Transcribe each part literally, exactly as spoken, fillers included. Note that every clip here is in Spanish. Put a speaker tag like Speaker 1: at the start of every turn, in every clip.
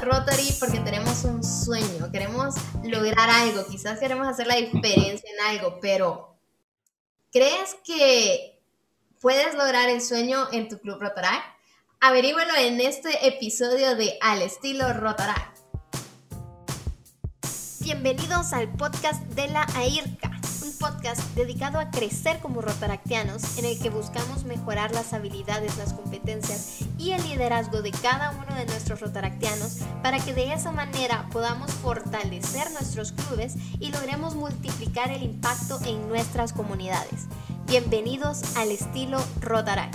Speaker 1: Rotary porque tenemos un sueño, queremos lograr algo, quizás queremos hacer la diferencia en algo, pero ¿crees que puedes lograr el sueño en tu club Rotaract? Averígüelo en este episodio de Al Estilo Rotaract. Bienvenidos al podcast de la AIRCA, un podcast dedicado a crecer como rotaractianos, en el que buscamos mejorar las habilidades, las competencias y el liderazgo de cada uno de nuestros rotaractianos para que de esa manera podamos fortalecer nuestros clubes y logremos multiplicar el impacto en nuestras comunidades. Bienvenidos al Estilo Rotaract.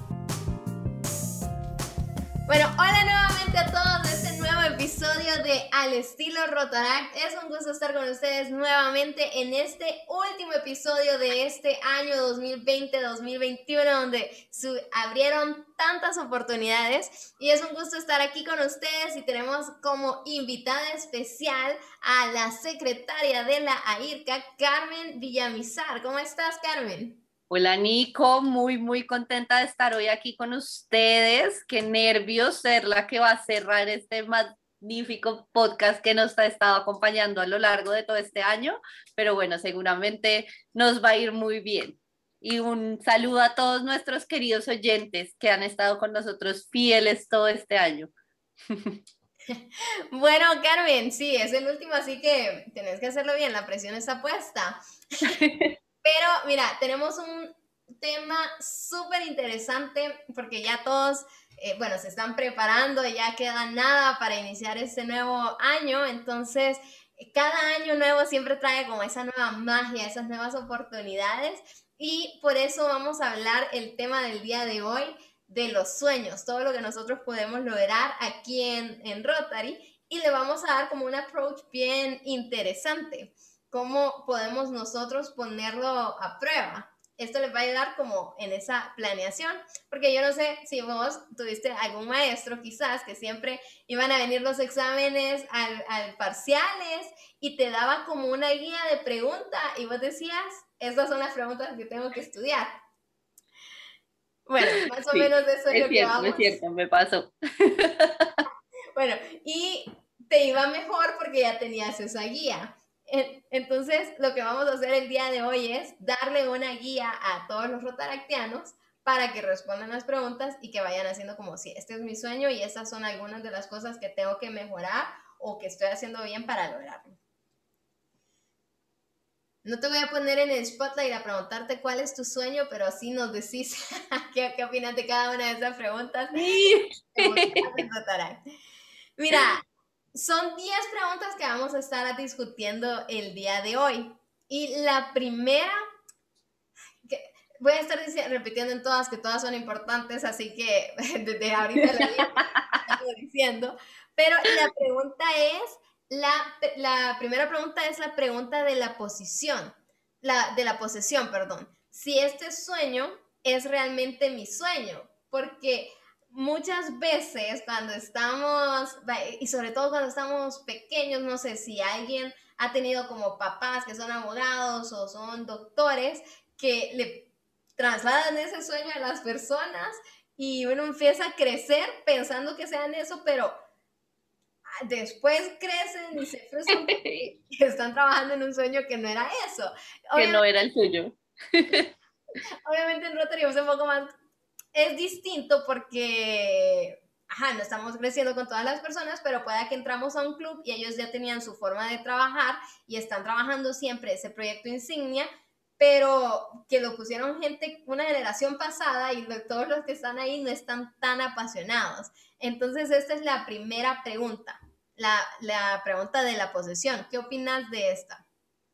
Speaker 1: Bueno, hola nuevamente a todos de este nuevo episodio de Al Estilo Rotaract. Es un gusto estar con ustedes nuevamente en este último episodio de este año dos mil veinte dos mil veintiuno, donde se abrieron tantas oportunidades, y es un gusto estar aquí con ustedes, y tenemos como invitada especial a la secretaria de la AIRCA, Carmen Villamizar. ¿Cómo estás, Carmen?
Speaker 2: Hola Nico, muy muy contenta de estar hoy aquí con ustedes. Qué nervios ser la que va a cerrar este magnífico podcast que nos ha estado acompañando a lo largo de todo este año, pero bueno, seguramente nos va a ir muy bien. Y un saludo a todos nuestros queridos oyentes que han estado con nosotros fieles todo este año.
Speaker 1: Bueno, Carmen, sí, es el último, así que tenés que hacerlo bien, la presión está puesta. Pero mira, tenemos un tema súper interesante porque ya todos, eh, bueno, se están preparando, ya queda nada para iniciar este nuevo año. Entonces, cada año nuevo siempre trae como esa nueva magia, esas nuevas oportunidades, y por eso vamos a hablar el tema del día de hoy de los sueños, todo lo que nosotros podemos lograr aquí en, en Rotary, y le vamos a dar como un approach bien interesante. ¿Cómo podemos nosotros ponerlo a prueba? Esto les va a ayudar como en esa planeación, porque yo no sé si vos tuviste algún maestro quizás que siempre iban a venir los exámenes al, al parciales y te daba como una guía de pregunta y vos decías, estas son las preguntas que tengo que estudiar. Bueno, más o
Speaker 2: Sí,
Speaker 1: menos eso es,
Speaker 2: es
Speaker 1: lo que
Speaker 2: cierto,
Speaker 1: vamos.
Speaker 2: Es cierto, me pasó.
Speaker 1: Bueno, y te iba mejor porque ya tenías esa guía. Entonces, lo que vamos a hacer el día de hoy es darle una guía a todos los rotaractianos para que respondan las preguntas y que vayan haciendo como si este es mi sueño y estas son algunas de las cosas que tengo que mejorar o que estoy haciendo bien para lograrlo. No te voy a poner en el spotlight a preguntarte cuál es tu sueño, pero así nos decís qué, qué opinas de cada una de esas preguntas.
Speaker 2: Sí.
Speaker 1: Mira, son diez preguntas que vamos a estar discutiendo el día de hoy. Y la primera, que voy a estar repitiendo en todas, que todas son importantes, así que desde ahorita la estoy diciendo. Pero la pregunta es, la, la primera pregunta es la pregunta de la posición, la, de la posesión, perdón. Si este sueño es realmente mi sueño, porque muchas veces cuando estamos, y sobre todo cuando estamos pequeños, no sé si alguien ha tenido como papás que son abogados o son doctores, que le trasladan ese sueño a las personas y uno empieza a crecer pensando que sean eso, pero después crecen y se frustran porque están trabajando en un sueño que no era eso.
Speaker 2: Obviamente, que no era el suyo.
Speaker 1: Obviamente en Rotary es un poco más, es distinto porque, ajá, no estamos creciendo con todas las personas, pero puede que entramos a un club y ellos ya tenían su forma de trabajar y están trabajando siempre ese proyecto insignia, pero que lo pusieron gente, una generación pasada, y todos los que están ahí no están tan apasionados. Entonces esta es la primera pregunta, la, la pregunta de la posesión. ¿Qué opinas de esta?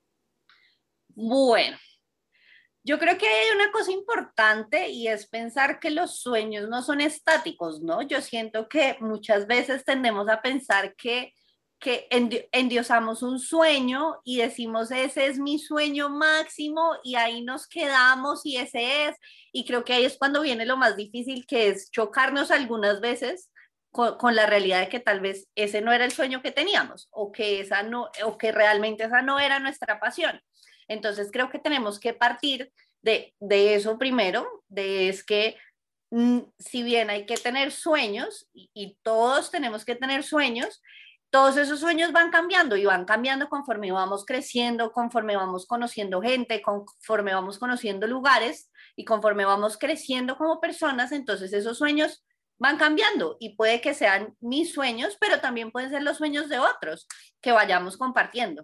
Speaker 2: Bueno, yo creo que hay una cosa importante y es pensar que los sueños no son estáticos, ¿no? Yo siento que muchas veces tendemos a pensar que, que endiosamos un sueño y decimos, ese es mi sueño máximo y ahí nos quedamos y ese es. Y creo que ahí es cuando viene lo más difícil, que es chocarnos algunas veces con, con la realidad de que tal vez ese no era el sueño que teníamos o que, esa no, o que realmente esa no era nuestra pasión. Entonces creo que tenemos que partir de, de eso primero, de es que si bien hay que tener sueños y, y todos tenemos que tener sueños, todos esos sueños van cambiando y van cambiando conforme vamos creciendo, conforme vamos conociendo gente, conforme vamos conociendo lugares y conforme vamos creciendo como personas, entonces esos sueños van cambiando y puede que sean mis sueños, pero también pueden ser los sueños de otros que vayamos compartiendo.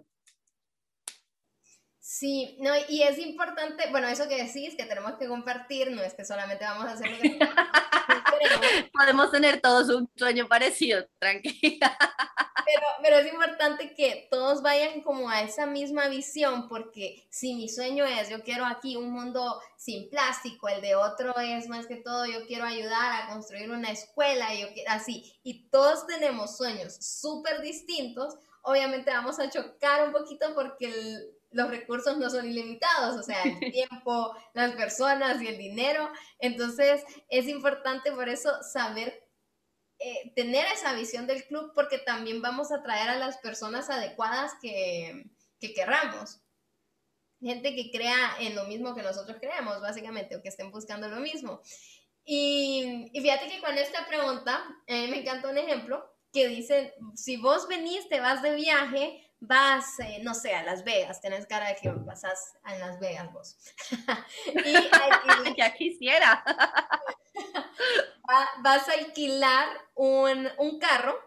Speaker 1: Sí, no, y es importante, bueno, eso que decís, que tenemos que compartir, no es que solamente vamos a hacer lo que queremos.
Speaker 2: Podemos tener todos un sueño parecido, tranquila.
Speaker 1: Pero, pero es importante que todos vayan como a esa misma visión, porque si mi sueño es, yo quiero aquí un mundo sin plástico, el de otro es más que todo, yo quiero ayudar a construir una escuela, yo quiero, así, y todos tenemos sueños súper distintos, obviamente vamos a chocar un poquito porque el, los recursos no son ilimitados, o sea, el tiempo, las personas y el dinero, entonces es importante por eso saber Eh, tener esa visión del club, porque también vamos a traer a las personas adecuadas que, que querramos. Gente que crea en lo mismo que nosotros creemos, básicamente, o que estén buscando lo mismo. Y, y fíjate que con esta pregunta, eh, me encanta un ejemplo que dice, si vos venís, te vas de viaje, vas, eh, no sé, a Las Vegas, tenés cara de que pasás en Las Vegas vos.
Speaker 2: y, y, ya quisiera.
Speaker 1: Va, vas a alquilar un, un carro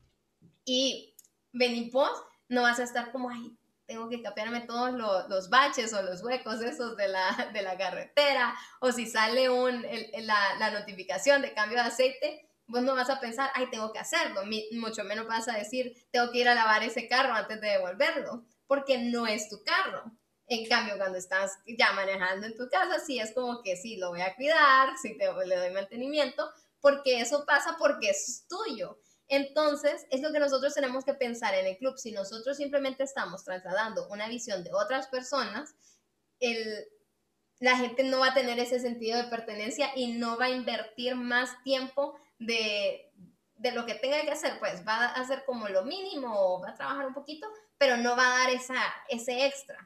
Speaker 1: y venís vos, no vas a estar como, ay, tengo que capearme todos los, los baches o los huecos esos de la, de la carretera, o si sale un, el, la, la notificación de cambio de aceite, vos no vas a pensar, ay, tengo que hacerlo, mucho menos vas a decir, tengo que ir a lavar ese carro antes de devolverlo, porque no es tu carro. En cambio, cuando estás ya manejando en tu casa, sí es como que sí, lo voy a cuidar, sí te, le doy mantenimiento, porque eso pasa porque es tuyo. Entonces, es lo que nosotros tenemos que pensar en el club. Si nosotros simplemente estamos trasladando una visión de otras personas, el, la gente no va a tener ese sentido de pertenencia y no va a invertir más tiempo de, de lo que tenga que hacer. Pues va a hacer como lo mínimo o va a trabajar un poquito, pero no va a dar esa, ese extra.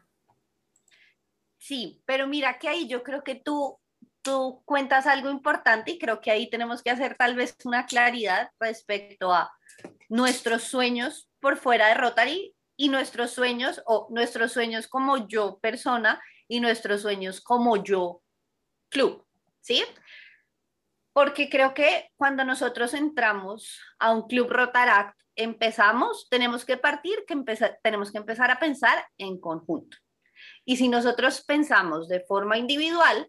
Speaker 2: Sí, pero mira que ahí yo creo que tú, tú cuentas algo importante y creo que ahí tenemos que hacer tal vez una claridad respecto a nuestros sueños por fuera de Rotary y nuestros sueños o nuestros sueños como yo persona y nuestros sueños como yo club, ¿sí? Porque creo que cuando nosotros entramos a un club Rotaract, empezamos, tenemos que partir, que empezar, tenemos que empezar a pensar en conjunto. Y si nosotros pensamos de forma individual,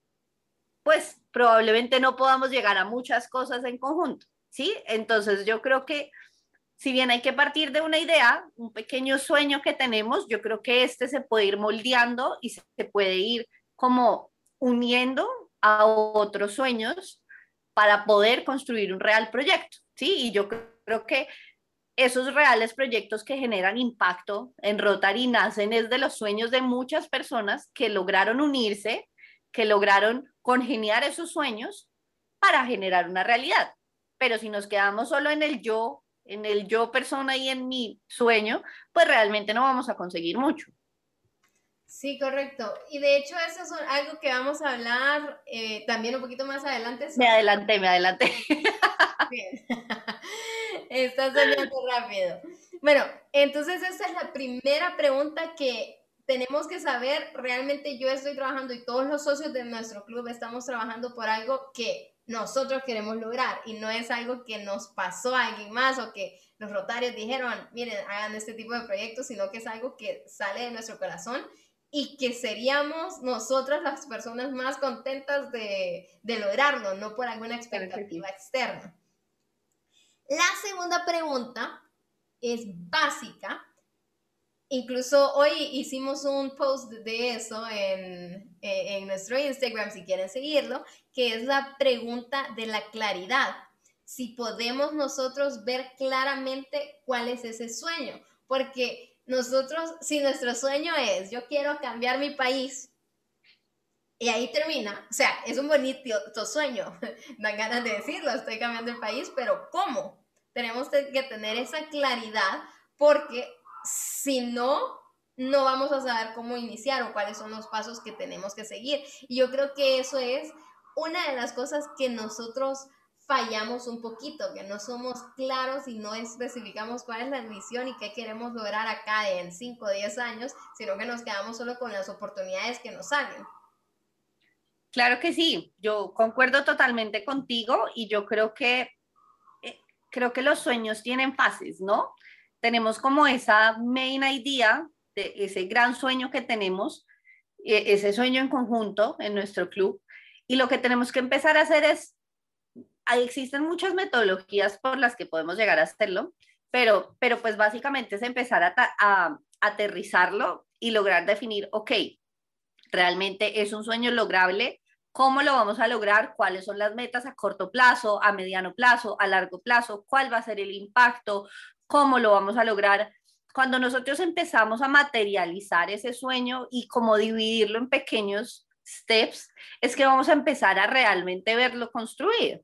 Speaker 2: pues probablemente no podamos llegar a muchas cosas en conjunto, ¿sí? Entonces yo creo que si bien hay que partir de una idea, un pequeño sueño que tenemos, yo creo que este se puede ir moldeando y se puede ir como uniendo a otros sueños para poder construir un real proyecto, ¿sí? Y yo creo que esos reales proyectos que generan impacto en Rotary nacen es de los sueños de muchas personas que lograron unirse, que lograron congeniar esos sueños para generar una realidad. Pero si nos quedamos solo en el yo, en el yo persona y en mi sueño, pues realmente no vamos a conseguir mucho.
Speaker 1: Sí, correcto. Y de hecho eso es algo que vamos a hablar eh, también un poquito más adelante.
Speaker 2: Sobre... Me adelanté, me adelanté.
Speaker 1: Bien. Estás soñando rápido. Bueno, entonces esa es la primera pregunta que tenemos que saber. Realmente yo estoy trabajando y todos los socios de nuestro club estamos trabajando por algo que nosotros queremos lograr y no es algo que nos pasó a alguien más o que los rotarios dijeron, miren, hagan este tipo de proyectos, sino que es algo que sale de nuestro corazón y que seríamos nosotras las personas más contentas de, de lograrlo, no por alguna expectativa externa. La segunda pregunta es básica. Incluso hoy hicimos un post de eso en, en nuestro Instagram, si quieren seguirlo, que es la pregunta de la claridad. Si podemos nosotros ver claramente cuál es ese sueño. Porque nosotros, si nuestro sueño es, yo quiero cambiar mi país, y ahí termina, o sea, es un bonito sueño, dan ganas de decirlo, estoy cambiando el país, pero ¿cómo? Tenemos que tener esa claridad porque si no, no vamos a saber cómo iniciar o cuáles son los pasos que tenemos que seguir. Y yo creo que eso es una de las cosas que nosotros fallamos un poquito, que no somos claros y no especificamos cuál es la misión y qué queremos lograr acá en cinco o diez años, sino que nos quedamos solo con las oportunidades que nos salen.
Speaker 2: Claro que sí, yo concuerdo totalmente contigo y yo creo que, eh, creo que los sueños tienen fases, ¿no? Tenemos como esa main idea de ese gran sueño que tenemos, eh, ese sueño en conjunto en nuestro club, y lo que tenemos que empezar a hacer es, ahí existen muchas metodologías por las que podemos llegar a hacerlo, pero, pero pues básicamente es empezar a, a aterrizarlo y lograr definir, ok, realmente es un sueño lograble. ¿Cómo lo vamos a lograr? ¿Cuáles son las metas a corto plazo, a mediano plazo, a largo plazo? ¿Cuál va a ser el impacto? ¿Cómo lo vamos a lograr? Cuando nosotros empezamos a materializar ese sueño y como dividirlo en pequeños steps, es que vamos a empezar a realmente verlo construir.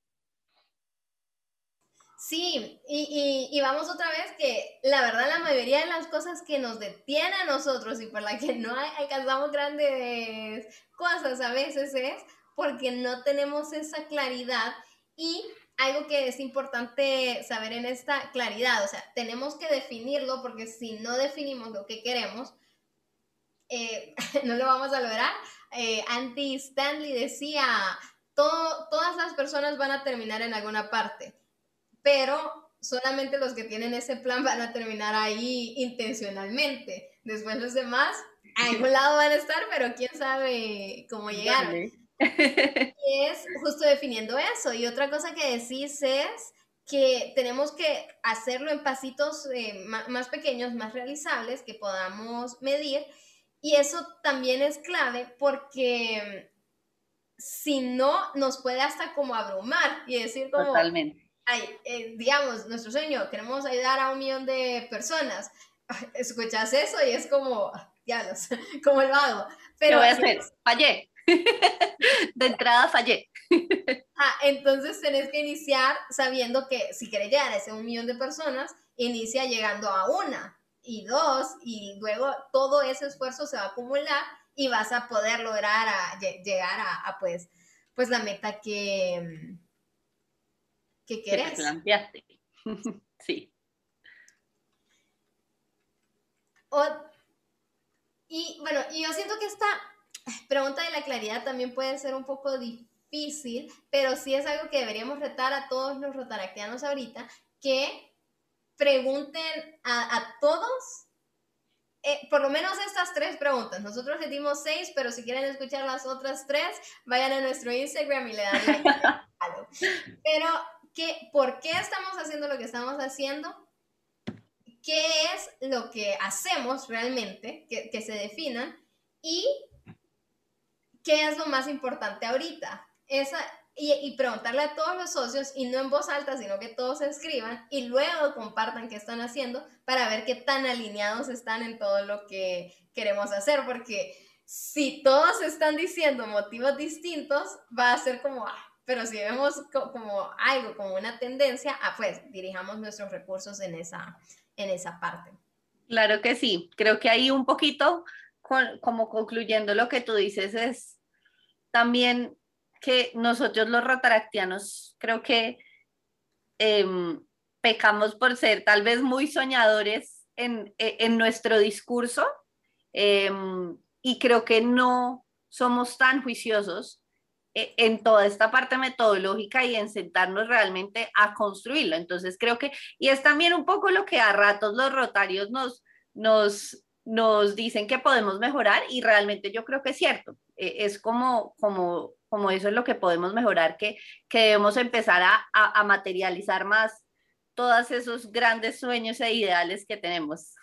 Speaker 1: Sí, y, y, y vamos otra vez que la verdad la mayoría de las cosas que nos detienen a nosotros y por la que no hay, alcanzamos grandes cosas a veces es porque no tenemos esa claridad y algo que es importante saber en esta claridad, o sea, tenemos que definirlo porque si no definimos lo que queremos, eh, no lo vamos a lograr. Eh, Andy Stanley decía, todo, todas las personas van a terminar en alguna parte, pero solamente los que tienen ese plan van a terminar ahí intencionalmente. Después los demás, a algún lado van a estar, pero quién sabe cómo llegaron. Y es justo definiendo eso. Y otra cosa que decís es que tenemos que hacerlo en pasitos eh, más, más pequeños, más realizables, que podamos medir. Y eso también es clave porque si no, nos puede hasta como abrumar y decir como...
Speaker 2: Totalmente.
Speaker 1: Ay, eh, digamos, nuestro sueño, queremos ayudar a un millón de personas. Escuchas eso y es como, diablos, ¿cómo lo hago?
Speaker 2: Pero, ¿qué voy a hacer? Fallé. De entrada fallé.
Speaker 1: Ah, entonces tenés que iniciar sabiendo que si querés llegar a ese un millón de personas, inicia llegando a una y dos, y luego todo ese esfuerzo se va a acumular y vas a poder lograr a, llegar a, a pues, pues la meta que que querés.
Speaker 2: Que te planteaste. Sí.
Speaker 1: O, y bueno, y yo siento que esta pregunta de la claridad también puede ser un poco difícil, pero sí es algo que deberíamos retar a todos los rotaractianos ahorita, que pregunten a, a todos, eh, por lo menos estas tres preguntas. Nosotros les dimos seis, pero si quieren escuchar las otras tres, vayan a nuestro Instagram y le dan like. Pero, ¿qué, ¿por qué estamos haciendo lo que estamos haciendo? ¿Qué es lo que hacemos realmente? Que, que se definan. Y ¿qué es lo más importante ahorita? Esa, y, y preguntarle a todos los socios, y no en voz alta, sino que todos se escriban y luego compartan qué están haciendo para ver qué tan alineados están en todo lo que queremos hacer, porque si todos están diciendo motivos distintos, va a ser como, ah, pero si vemos co como algo, como una tendencia, ah, pues dirijamos nuestros recursos en esa, en esa parte.
Speaker 2: Claro que sí, creo que ahí un poquito, con, como concluyendo lo que tú dices, es también que nosotros los rotaractianos creo que eh, pecamos por ser tal vez muy soñadores en, en nuestro discurso eh, y creo que no somos tan juiciosos en toda esta parte metodológica y en sentarnos realmente a construirlo. Entonces creo que, y es también un poco lo que a ratos los rotarios nos, nos, nos dicen que podemos mejorar y realmente yo creo que es cierto. Es como, como, como eso es lo que podemos mejorar, que, que debemos empezar a, a, a materializar más todos esos grandes sueños e ideales que tenemos.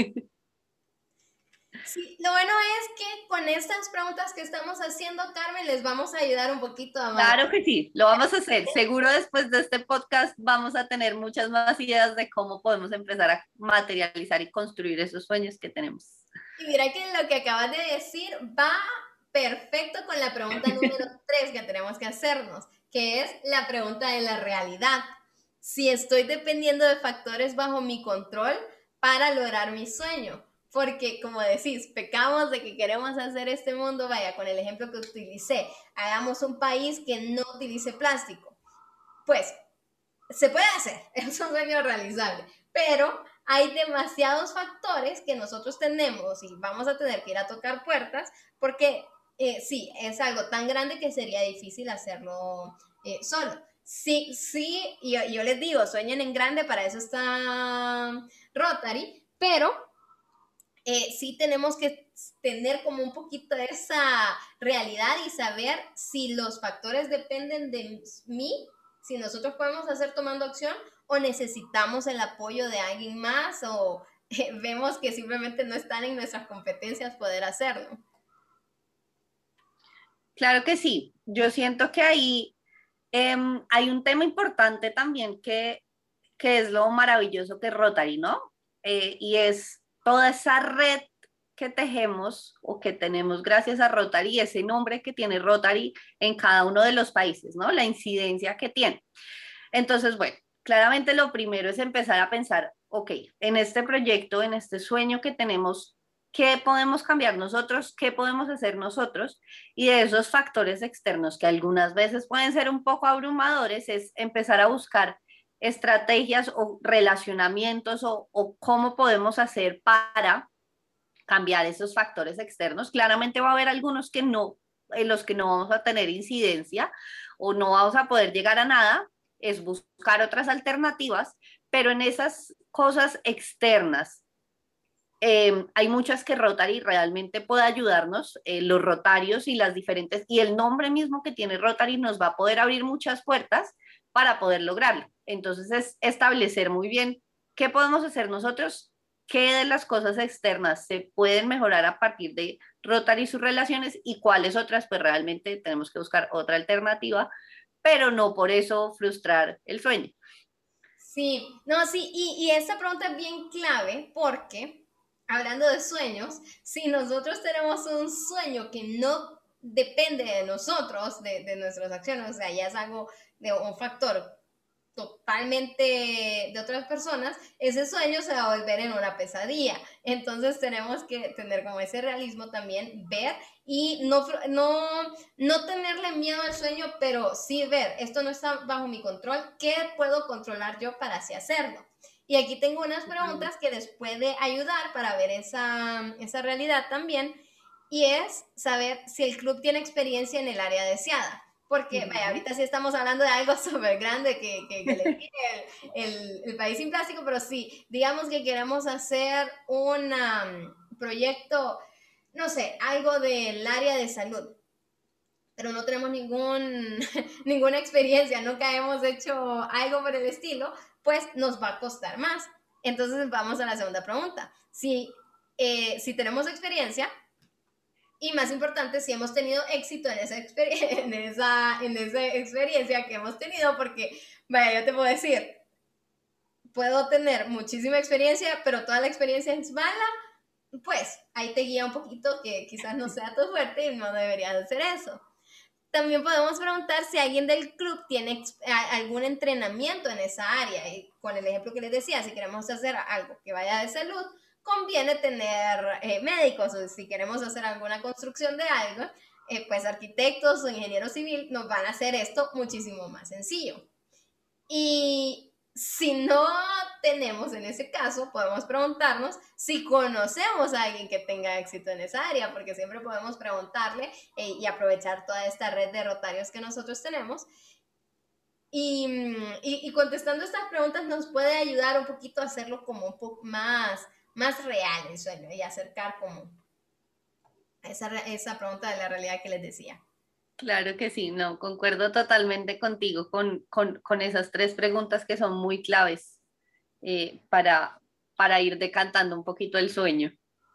Speaker 1: Sí, lo bueno es que con estas preguntas que estamos haciendo, Carmen, les vamos a ayudar un poquito a...
Speaker 2: Claro que sí, lo vamos a hacer. Seguro después de este podcast vamos a tener muchas más ideas de cómo podemos empezar a materializar y construir esos sueños que tenemos.
Speaker 1: Y mira que lo que acabas de decir va perfecto con la pregunta número tres que tenemos que hacernos, que es la pregunta de la realidad. Si estoy dependiendo de factores bajo mi control para lograr mi sueño, porque como decís, pecamos de que queremos hacer este mundo, vaya, con el ejemplo que utilicé, hagamos un país que no utilice plástico. Pues, se puede hacer, es un sueño realizable, pero hay demasiados factores que nosotros tenemos y vamos a tener que ir a tocar puertas, porque eh, sí, es algo tan grande que sería difícil hacerlo eh, solo. Sí, sí, y yo, yo les digo, sueñen en grande, para eso está Rotary, pero eh, sí tenemos que tener como un poquito esa realidad y saber si los factores dependen de mí, si nosotros podemos hacer tomando acción o necesitamos el apoyo de alguien más o eh, vemos que simplemente no están en nuestras competencias poder hacerlo.
Speaker 2: Claro que sí, yo siento que ahí eh, hay un tema importante también que, que es lo maravilloso que es Rotary, ¿no? Eh, y es toda esa red que tejemos o que tenemos gracias a Rotary, ese nombre que tiene Rotary en cada uno de los países, ¿no? La incidencia que tiene. Entonces, bueno, claramente lo primero es empezar a pensar, ok, en este proyecto, en este sueño que tenemos, ¿qué podemos cambiar nosotros? ¿Qué podemos hacer nosotros? Y de esos factores externos que algunas veces pueden ser un poco abrumadores, es empezar a buscar estrategias o relacionamientos o, o cómo podemos hacer para cambiar esos factores externos. Claramente va a haber algunos que no, en los que no vamos a tener incidencia o no vamos a poder llegar a nada, es buscar otras alternativas, pero en esas cosas externas eh, hay muchas que Rotary realmente puede ayudarnos, eh, los rotarios y las diferentes, y el nombre mismo que tiene Rotary nos va a poder abrir muchas puertas para poder lograrlo. Entonces es establecer muy bien qué podemos hacer nosotros, qué de las cosas externas se pueden mejorar a partir de Rotary y sus relaciones y cuáles otras, pues realmente tenemos que buscar otra alternativa, pero no por eso frustrar el sueño.
Speaker 1: Sí, no, sí, y, y esta pregunta es bien clave porque, hablando de sueños, si nosotros tenemos un sueño que no depende de nosotros, de, de nuestras acciones, o sea, ya es algo de un factor totalmente de otras personas, ese sueño se va a volver en una pesadilla. Entonces tenemos que tener como ese realismo también, ver y no, no, no tenerle miedo al sueño, pero sí ver, esto no está bajo mi control, ¿qué puedo controlar yo para así hacerlo? Y aquí tengo unas preguntas que les puede ayudar para ver esa, esa realidad también, y es saber si el club tiene experiencia en el área deseada. Porque, vaya, ahorita sí estamos hablando de algo súper grande que, que, que le pide el, el, el, país sin plástico, pero sí, digamos que queremos hacer un um, proyecto, no sé, algo del área de salud, pero no tenemos ningún, ninguna experiencia, nunca hemos hecho algo por el estilo, pues nos va a costar más. Entonces vamos a la segunda pregunta. Si, eh, si tenemos experiencia, y más importante, si hemos tenido éxito en esa, en, esa, en esa experiencia que hemos tenido, porque, vaya, yo te puedo decir, puedo tener muchísima experiencia, pero toda la experiencia es mala, pues ahí te guía un poquito que quizás no sea tu fuerte y no deberías hacer eso. También podemos preguntar si alguien del club tiene algún entrenamiento en esa área. Y con el ejemplo que les decía, si queremos hacer algo que vaya de salud, conviene tener eh, médicos, o si queremos hacer alguna construcción de algo, eh, pues arquitectos o ingenieros civil nos van a hacer esto muchísimo más sencillo. Y si no tenemos en ese caso, podemos preguntarnos si conocemos a alguien que tenga éxito en esa área, porque siempre podemos preguntarle eh, y aprovechar toda esta red de rotarios que nosotros tenemos. Y, y, y contestando estas preguntas nos puede ayudar un poquito a hacerlo como un poco más, más real el sueño y acercar como esa, esa pregunta de la realidad que les decía.
Speaker 2: Claro que sí, no, concuerdo totalmente contigo con, con, con esas tres preguntas que son muy claves eh, para, para ir decantando un poquito el sueño.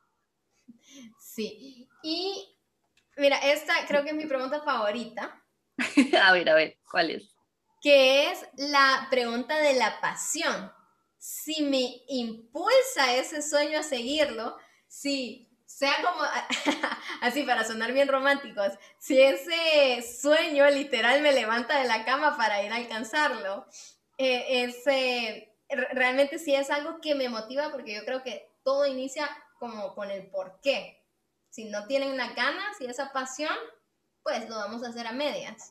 Speaker 1: Sí, y mira, esta creo que es mi pregunta favorita.
Speaker 2: A ver, a ver, ¿cuál es?
Speaker 1: Que es la pregunta de la pasión. Si me impulsa ese sueño a seguirlo, si sea como, así para sonar bien románticos, si ese sueño literal me levanta de la cama para ir a alcanzarlo, eh, ese, realmente sí es algo que me motiva porque yo creo que todo inicia como con el por qué. Si no tienen las ganas y esa pasión, pues lo vamos a hacer a medias.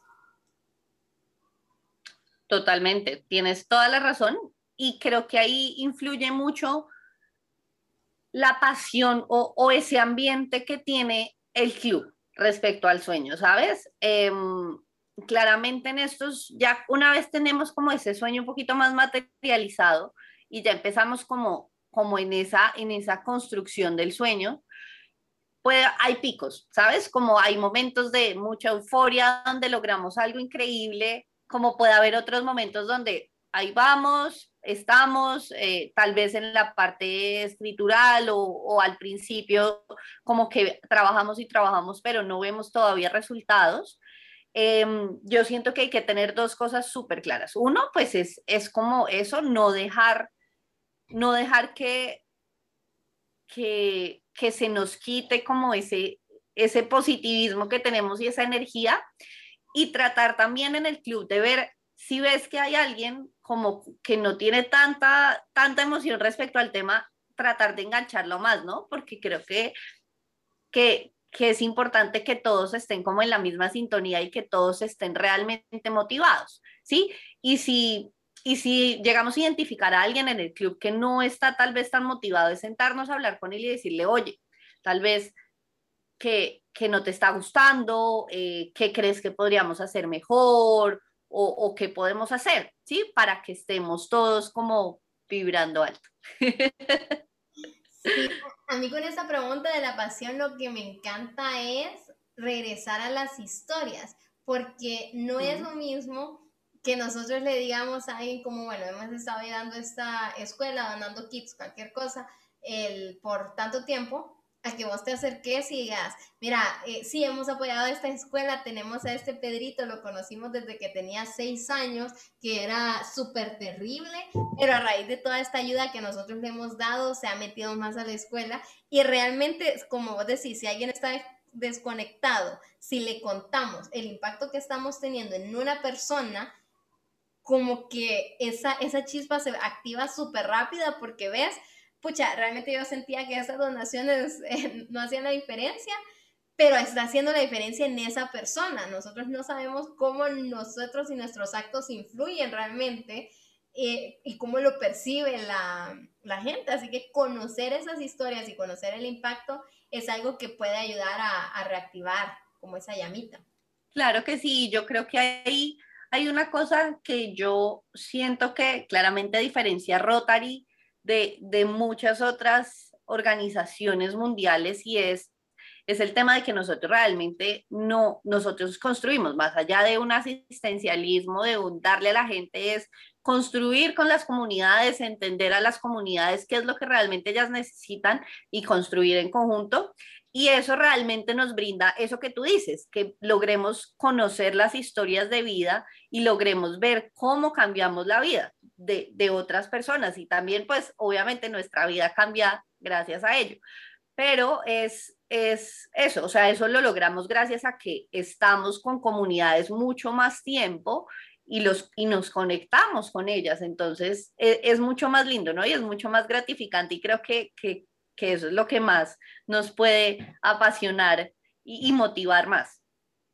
Speaker 2: Totalmente, tienes toda la razón y creo que ahí influye mucho la pasión o, o ese ambiente que tiene el club respecto al sueño, ¿sabes? Eh, claramente en estos, ya una vez tenemos como ese sueño un poquito más materializado y ya empezamos como, como en, esa, en esa construcción del sueño, pues hay picos, ¿sabes? Como hay momentos de mucha euforia donde logramos algo increíble, como puede haber otros momentos donde ahí vamos, estamos, eh, tal vez en la parte escritural o, o al principio como que trabajamos y trabajamos, pero no vemos todavía resultados. Eh, yo siento que hay que tener dos cosas súper claras. Uno, pues es, es como eso, no dejar, no dejar que, que, que se nos quite como ese, ese positivismo que tenemos y esa energía y tratar también en el club de ver si ves que hay alguien como que no tiene tanta, tanta emoción respecto al tema, tratar de engancharlo más, ¿no? Porque creo que, que, que es importante que todos estén como en la misma sintonía y que todos estén realmente motivados, ¿sí? Y si, y si llegamos a identificar a alguien en el club que no está tal vez tan motivado, es sentarnos a hablar con él y decirle, oye, tal vez que, que no te está gustando, eh, qué crees que podríamos hacer mejor o, o qué podemos hacer, ¿sí? Para que estemos todos como vibrando alto.
Speaker 1: Sí, a mí con esta pregunta de la pasión lo que me encanta es regresar a las historias, porque no es lo mismo que nosotros le digamos a alguien como, bueno, hemos estado dando esta escuela, dando kits, cualquier cosa, el, por tanto tiempo, a que vos te acerques y digas, mira, eh, sí, hemos apoyado esta escuela, tenemos a este Pedrito, lo conocimos desde que tenía seis años, que era súper terrible, pero a raíz de toda esta ayuda que nosotros le hemos dado, se ha metido más a la escuela y realmente, como vos decís, si alguien está desconectado, si le contamos el impacto que estamos teniendo en una persona, como que esa, esa chispa se activa súper rápida porque ves, pucha, realmente yo sentía que esas donaciones eh, no hacían la diferencia, pero está haciendo la diferencia en esa persona. Nosotros no sabemos cómo nosotros y nuestros actos influyen realmente eh, y cómo lo percibe la, la gente. Así que conocer esas historias y conocer el impacto es algo que puede ayudar a, a reactivar como esa llamita.
Speaker 2: Claro que sí, yo creo que hay, hay una cosa que yo siento que claramente diferencia Rotary de, de muchas otras organizaciones mundiales y es, es el tema de que nosotros realmente no, nosotros construimos, más allá de un asistencialismo, de un darle a la gente, es construir con las comunidades, entender a las comunidades qué es lo que realmente ellas necesitan y construir en conjunto. Y eso realmente nos brinda eso que tú dices, que logremos conocer las historias de vida y logremos ver cómo cambiamos la vida de, de otras personas. Y también, pues, obviamente nuestra vida cambia gracias a ello. Pero es, es eso, o sea, eso lo logramos gracias a que estamos con comunidades mucho más tiempo y, los, y nos conectamos con ellas. Entonces, es, es mucho más lindo, ¿no? Y es mucho más gratificante y creo que, que que eso es lo que más nos puede apasionar y, y motivar más.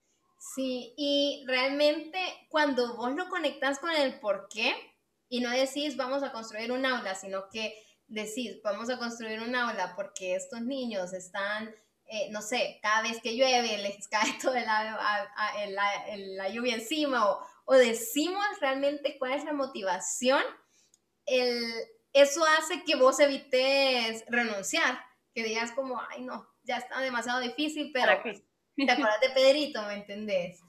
Speaker 1: Sí, y realmente cuando vos lo conectas con el por qué y no decís vamos a construir un aula, sino que decís vamos a construir un aula porque estos niños están, eh, no sé, cada vez que llueve les cae toda la, a, a, la, la lluvia encima o, o decimos realmente cuál es la motivación, el, eso hace que vos evites renunciar, que digas como, ay no, ya está demasiado difícil, pero te acuerdas de Pedrito, ¿me entendés?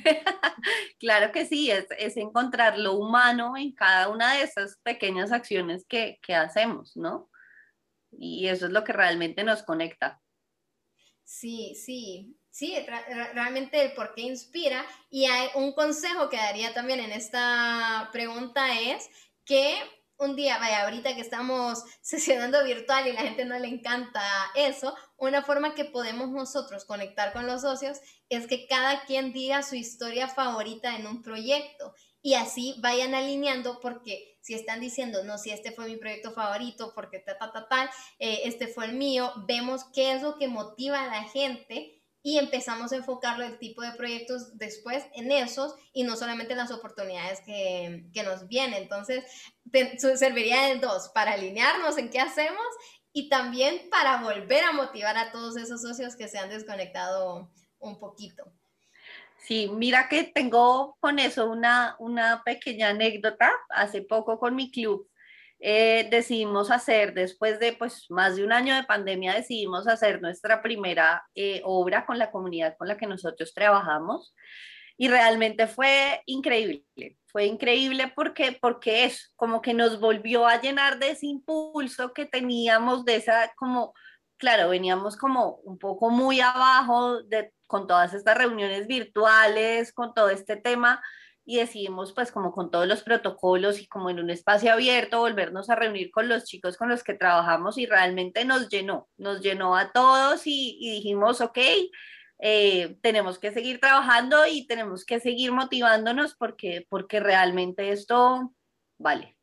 Speaker 2: Claro que sí, es, es encontrar lo humano en cada una de esas pequeñas acciones que, que hacemos, ¿no? Y eso es lo que realmente nos conecta.
Speaker 1: Sí, sí, sí, ra- realmente el por qué inspira. Y hay un consejo que daría también en esta pregunta es que un día, vaya, ahorita que estamos sesionando virtual y la gente no le encanta eso, una forma que podemos nosotros conectar con los socios es que cada quien diga su historia favorita en un proyecto y así vayan alineando porque si están diciendo, no, si este fue mi proyecto favorito, porque ta, ta, ta, tal, eh, este fue el mío, vemos qué es lo que motiva a la gente y empezamos a enfocarlo el tipo de proyectos después en esos y no solamente en las oportunidades que, que nos vienen. Entonces, te, serviría de dos, para alinearnos en qué hacemos y también para volver a motivar a todos esos socios que se han desconectado un poquito.
Speaker 2: Sí, mira que tengo con eso una, una pequeña anécdota. Hace poco con mi club eh, decidimos hacer, después de pues más de un año de pandemia, decidimos hacer nuestra primera eh, obra con la comunidad con la que nosotros trabajamos y realmente fue increíble. Fue increíble porque, porque es como que nos volvió a llenar de ese impulso que teníamos, de esa como, claro, veníamos como un poco muy abajo de, con todas estas reuniones virtuales, con todo este tema y decidimos pues como con todos los protocolos y como en un espacio abierto volvernos a reunir con los chicos con los que trabajamos y realmente nos llenó, nos llenó a todos y, y dijimos, ok, eh, tenemos que seguir trabajando y tenemos que seguir motivándonos porque, porque realmente esto vale.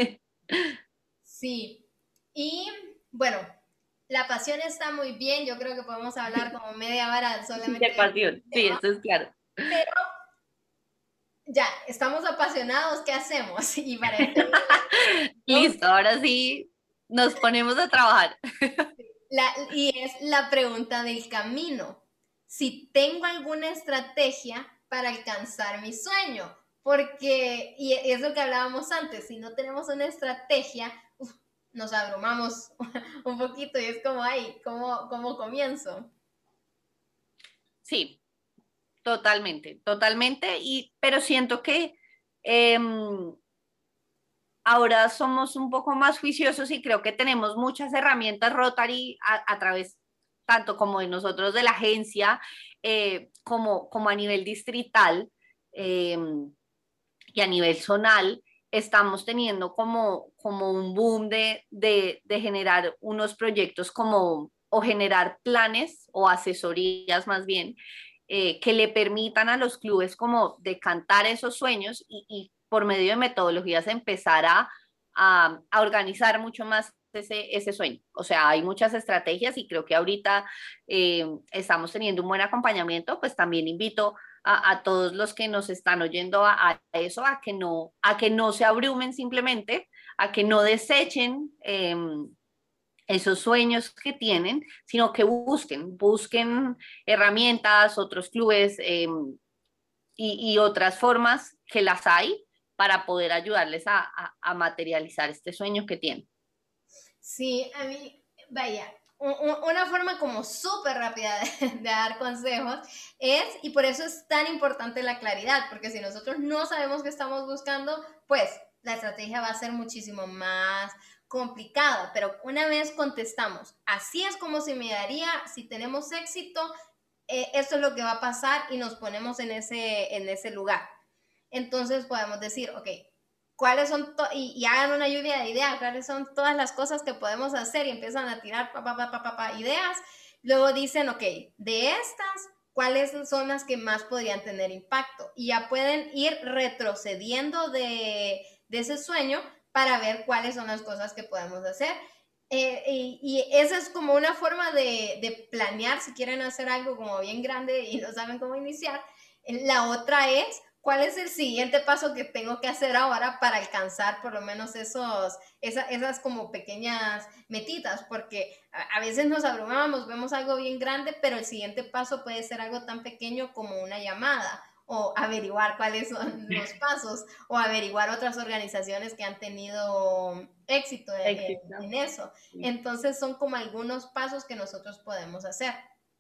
Speaker 1: Sí, y bueno, la pasión está muy bien, yo creo que podemos hablar como media hora solamente
Speaker 2: De pasión,
Speaker 1: de
Speaker 2: sí,
Speaker 1: tema,
Speaker 2: eso es claro.
Speaker 1: pero ya, estamos apasionados, ¿qué hacemos? Y para este
Speaker 2: Listo, ahora sí nos ponemos a trabajar.
Speaker 1: la, y es la pregunta del camino. Si tengo alguna estrategia para alcanzar mi sueño, porque, y es lo que hablábamos antes, si no tenemos una estrategia, uf, nos abrumamos un poquito y es como, ay, ¿cómo, cómo comienzo?
Speaker 2: Sí, totalmente, totalmente, y, pero siento que eh, ahora somos un poco más juiciosos y creo que tenemos muchas herramientas Rotary a, a través tanto como de nosotros de la agencia, eh, como, como a nivel distrital eh, y a nivel zonal, estamos teniendo como, como un boom de, de, de generar unos proyectos como o generar planes o asesorías más bien eh, que le permitan a los clubes como decantar esos sueños y, y por medio de metodologías empezar a, a, a organizar mucho más ese, ese sueño. O sea, hay muchas estrategias y creo que ahorita eh, estamos teniendo un buen acompañamiento, pues también invito a, a todos los que nos están oyendo a, a, eso, a que, no, a que no se abrumen simplemente, a que no desechen eh, esos sueños que tienen, sino que busquen, busquen herramientas, otros clubes eh, y, y, otras formas que las hay para poder ayudarles a, a, a materializar este sueño que tienen.
Speaker 1: Sí, a mí, vaya, una forma como súper rápida de, de, dar consejos es, y por eso es tan importante la claridad, porque si nosotros no sabemos qué estamos buscando, pues la estrategia va a ser muchísimo más complicada, pero una vez contestamos, así es como se me daría, si tenemos éxito, eh, esto es lo que va a pasar y nos ponemos en ese, en ese lugar. Entonces podemos decir, ok, cuáles son, y, y hagan una lluvia de ideas, cuáles son todas las cosas que podemos hacer y empiezan a tirar pa, pa, pa, pa, pa, pa, ideas. Luego dicen, ok, de estas, ¿cuáles son las que más podrían tener impacto? Y ya pueden ir retrocediendo de, de ese sueño para ver cuáles son las cosas que podemos hacer. Eh, y, y esa es como una forma de, de planear si quieren hacer algo como bien grande y no saben cómo iniciar. La otra es, ¿cuál es el siguiente paso que tengo que hacer ahora para alcanzar por lo menos esos, esa, esas como pequeñas metitas? Porque a, a veces nos abrumamos, vemos algo bien grande, pero el siguiente paso puede ser algo tan pequeño como una llamada o averiguar cuáles son los pasos o averiguar otras organizaciones que han tenido éxito en,
Speaker 2: Éxito.
Speaker 1: en, en eso. Entonces son como algunos pasos que nosotros podemos hacer.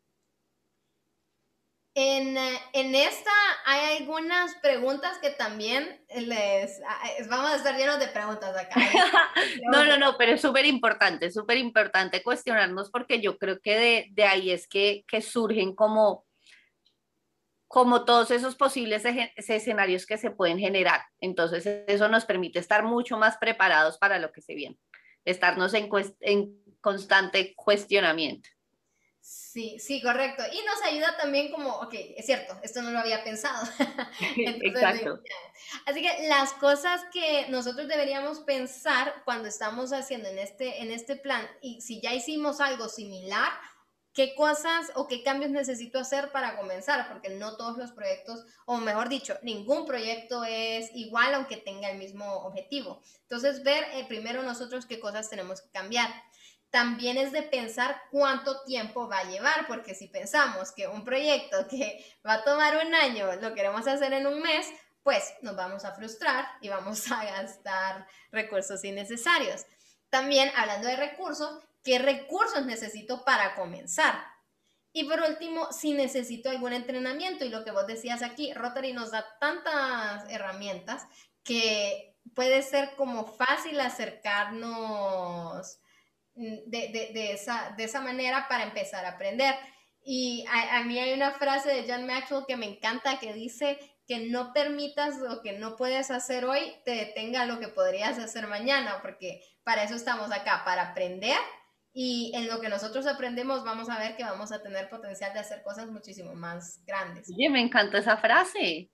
Speaker 1: En, en, esta hay algunas preguntas que también les vamos a estar llenos de preguntas acá.
Speaker 2: No, no, no, pero es súper importante, súper importante cuestionarnos porque yo creo que de, de ahí es que, que surgen como, como todos esos posibles escenarios que se pueden generar. Entonces eso nos permite estar mucho más preparados para lo que se viene, estarnos en, en constante cuestionamiento.
Speaker 1: Sí, sí, correcto. Y nos ayuda también como, ok, es cierto, esto no lo había pensado. Entonces,
Speaker 2: Exacto.
Speaker 1: así que las cosas que nosotros deberíamos pensar cuando estamos haciendo en este, en este plan, y si ya hicimos algo similar, qué cosas o qué cambios necesito hacer para comenzar, porque no todos los proyectos, o mejor dicho, ningún proyecto es igual aunque tenga el mismo objetivo. Entonces, ver eh, primero nosotros qué cosas tenemos que cambiar. También es de pensar cuánto tiempo va a llevar, porque si pensamos que un proyecto que va a tomar un año lo queremos hacer en un mes, pues nos vamos a frustrar y vamos a gastar recursos innecesarios. También, hablando de recursos, ¿qué recursos necesito para comenzar? Y por último, si necesito algún entrenamiento, y lo que vos decías aquí, Rotary nos da tantas herramientas que puede ser como fácil acercarnos de, de, de, esa, de esa manera para empezar a aprender. Y a, a mí hay una frase de John Maxwell que me encanta que dice que no permitas lo que no puedes hacer hoy te detenga lo que podrías hacer mañana, porque para eso estamos acá, para aprender, y en lo que nosotros aprendemos vamos a ver que vamos a tener potencial de hacer cosas muchísimo más grandes.
Speaker 2: Oye, me encanta esa frase.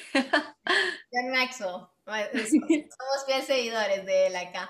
Speaker 1: John Maxwell, somos fieles seguidores de él acá.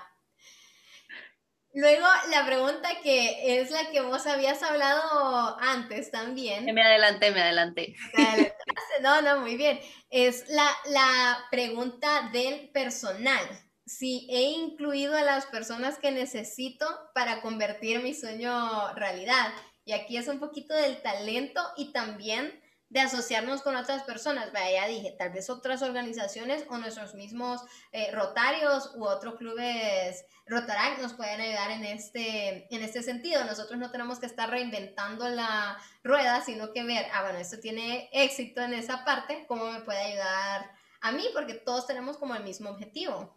Speaker 1: Luego, la pregunta que es la que vos habías hablado antes también.
Speaker 2: Me adelanté, me adelanté.
Speaker 1: No, no, muy bien. Es la, la pregunta del personal. Si he incluido a las personas que necesito para convertir mi sueño realidad. Y aquí es un poquito del talento y también de asociarnos con otras personas. Vaya, ya dije, tal vez otras organizaciones o nuestros mismos eh, rotarios u otros clubes Rotaract nos pueden ayudar en este, en este sentido. Nosotros no tenemos que estar reinventando la rueda, sino que ver, ah, bueno, esto tiene éxito en esa parte, ¿cómo me puede ayudar a mí? Porque todos tenemos como el mismo objetivo.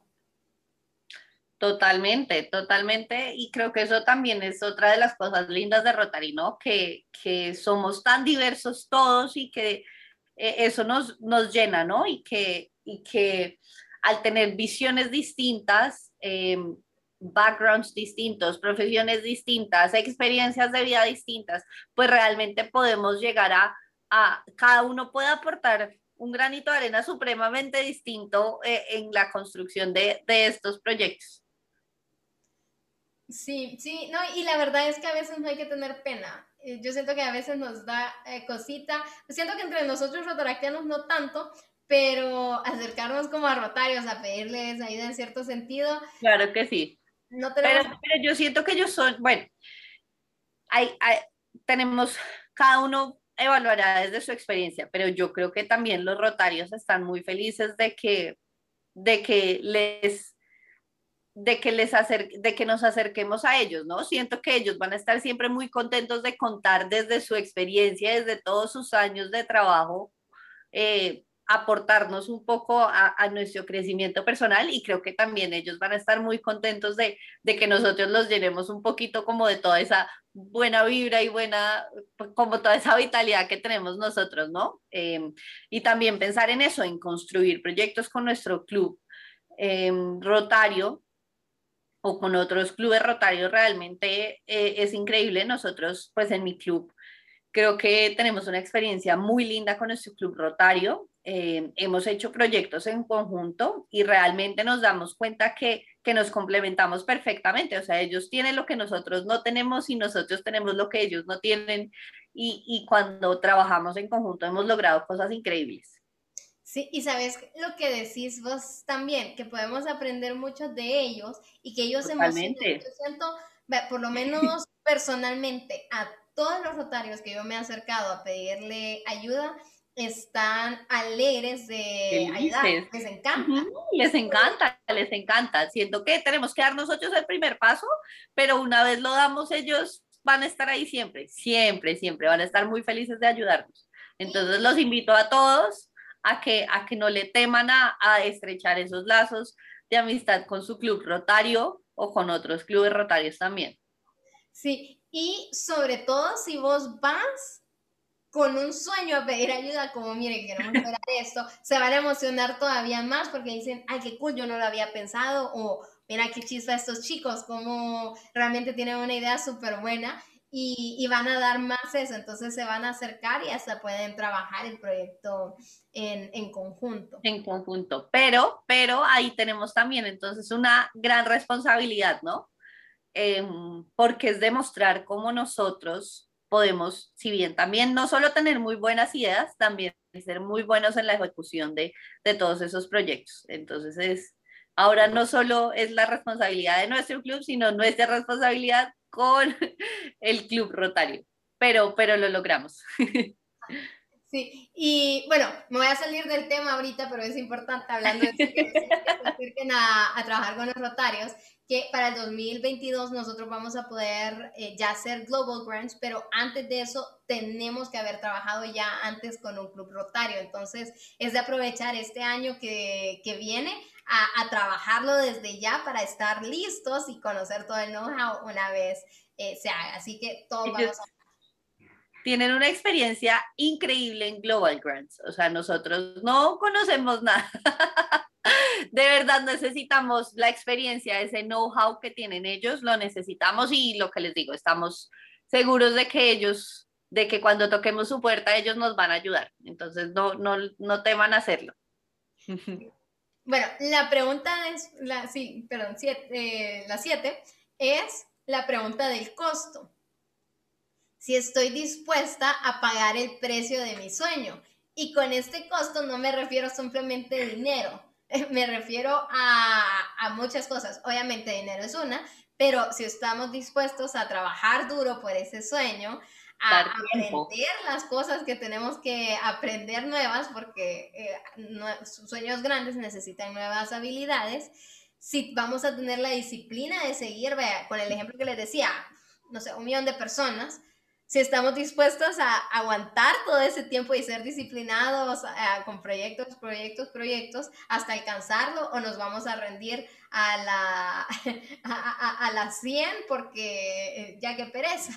Speaker 2: Totalmente, totalmente. Y creo que eso también es otra de las cosas lindas de Rotary, ¿no? Que, que somos tan diversos todos y que eh, eso nos, nos llena, ¿no? Y que, y que al tener visiones distintas, eh, backgrounds distintos, profesiones distintas, experiencias de vida distintas, pues realmente podemos llegar a, a cada uno puede aportar un granito de arena supremamente distinto eh, en la construcción de, de estos proyectos.
Speaker 1: Sí, sí, no, y la verdad es que a veces no hay que tener pena. Eh, Yo siento que a veces nos da eh, cosita. Siento que entre nosotros rotaractianos no tanto, pero acercarnos como a rotarios a pedirles ayuda en cierto sentido,
Speaker 2: Claro que sí.
Speaker 1: no
Speaker 2: Pero,
Speaker 1: tenemos.
Speaker 2: pero yo siento que ellos son, bueno, hay, hay, tenemos, cada uno evaluará desde su experiencia, pero yo creo que también los rotarios están muy felices de que, de que les de que les acer de que nos acerquemos a ellos, ¿no? Siento que ellos van a estar siempre muy contentos de contar desde su experiencia, desde todos sus años de trabajo, eh, aportarnos un poco a, a, nuestro crecimiento personal y creo que también ellos van a estar muy contentos de, de que nosotros los llenemos un poquito como de toda esa buena vibra y buena, como toda esa vitalidad que tenemos nosotros, ¿no? Eh, y también pensar en eso, en construir proyectos con nuestro club eh, rotario o con otros clubes rotarios realmente eh, es increíble. Nosotros, pues en mi club, creo que tenemos una experiencia muy linda con nuestro club rotario. Eh, hemos hecho proyectos en conjunto y realmente nos damos cuenta que, que nos complementamos perfectamente. O sea, ellos tienen lo que nosotros no tenemos y nosotros tenemos lo que ellos no tienen. Y, y cuando trabajamos en conjunto hemos logrado cosas increíbles.
Speaker 1: Sí, y sabes lo que decís vos también, que podemos aprender mucho de ellos y que ellos se emocionen.
Speaker 2: Totalmente.
Speaker 1: Yo siento, por lo menos personalmente, a todos los rotarios que yo me he acercado a pedirle ayuda, están alegres de ayudar,
Speaker 2: Felices.
Speaker 1: les encanta.
Speaker 2: Ujú, les encanta, les encanta. Siento que tenemos que dar nosotros el primer paso, pero una vez lo damos, ellos van a estar ahí siempre, siempre, siempre, van a estar muy felices de ayudarnos. Entonces los invito a todos a que, a que no le teman a, a estrechar esos lazos de amistad con su club rotario o con otros clubes rotarios también.
Speaker 1: Sí, y sobre todo si vos vas con un sueño a pedir ayuda, como miren, queremos lograr esto, se van a emocionar todavía más porque dicen, ay, qué cool, yo no lo había pensado, o mira qué chispa estos chicos, como realmente tienen una idea súper buena. y, y van a dar más eso, entonces se van a acercar y hasta pueden trabajar el proyecto en, en conjunto.
Speaker 2: En conjunto, pero, pero ahí tenemos también entonces una gran responsabilidad, ¿no? Eh, porque es demostrar cómo nosotros podemos, si bien también no solo tener muy buenas ideas, también ser muy buenos en la ejecución de, de todos esos proyectos. Entonces es, ahora no solo es la responsabilidad de nuestro club, sino nuestra responsabilidad con el Club Rotario, pero, pero lo logramos.
Speaker 1: Sí, y bueno, me voy a salir del tema ahorita, pero es importante hablando de eso, que decías que se acerquen a, a trabajar con los Rotarios, que para el dos mil veintidós nosotros vamos a poder eh, ya hacer Global Grants, pero antes de eso tenemos que haber trabajado ya antes con un club rotario, entonces es de aprovechar este año que, que viene a, a trabajarlo desde ya para estar listos y conocer todo el know-how una vez eh, se haga, así que todos vamos a
Speaker 2: Tienen una experiencia increíble en Global Grants. O sea, nosotros no conocemos nada. De verdad necesitamos la experiencia, ese know-how que tienen ellos, lo necesitamos y lo que les digo, estamos seguros de que ellos, de que cuando toquemos su puerta, ellos nos van a ayudar. Entonces, no, no, no teman hacerlo.
Speaker 1: Bueno, la pregunta es, la, sí, perdón, siete, eh, la siete es la pregunta del costo. Si estoy dispuesta a pagar el precio de mi sueño. Y con este costo no me refiero simplemente a dinero, me refiero a, a muchas cosas. Obviamente dinero es una, pero si estamos dispuestos a trabajar duro por ese sueño, a
Speaker 2: Dar tiempo.
Speaker 1: aprender las cosas que tenemos que aprender nuevas, porque eh, no, sueños grandes necesitan nuevas habilidades, si vamos a tener la disciplina de seguir, vea, con el ejemplo que les decía, no sé, un millón de personas, si estamos dispuestos a aguantar todo ese tiempo y ser disciplinados uh, con proyectos, proyectos, proyectos, hasta alcanzarlo, o nos vamos a rendir a la, a, a, a la cien porque eh, ya que pereza.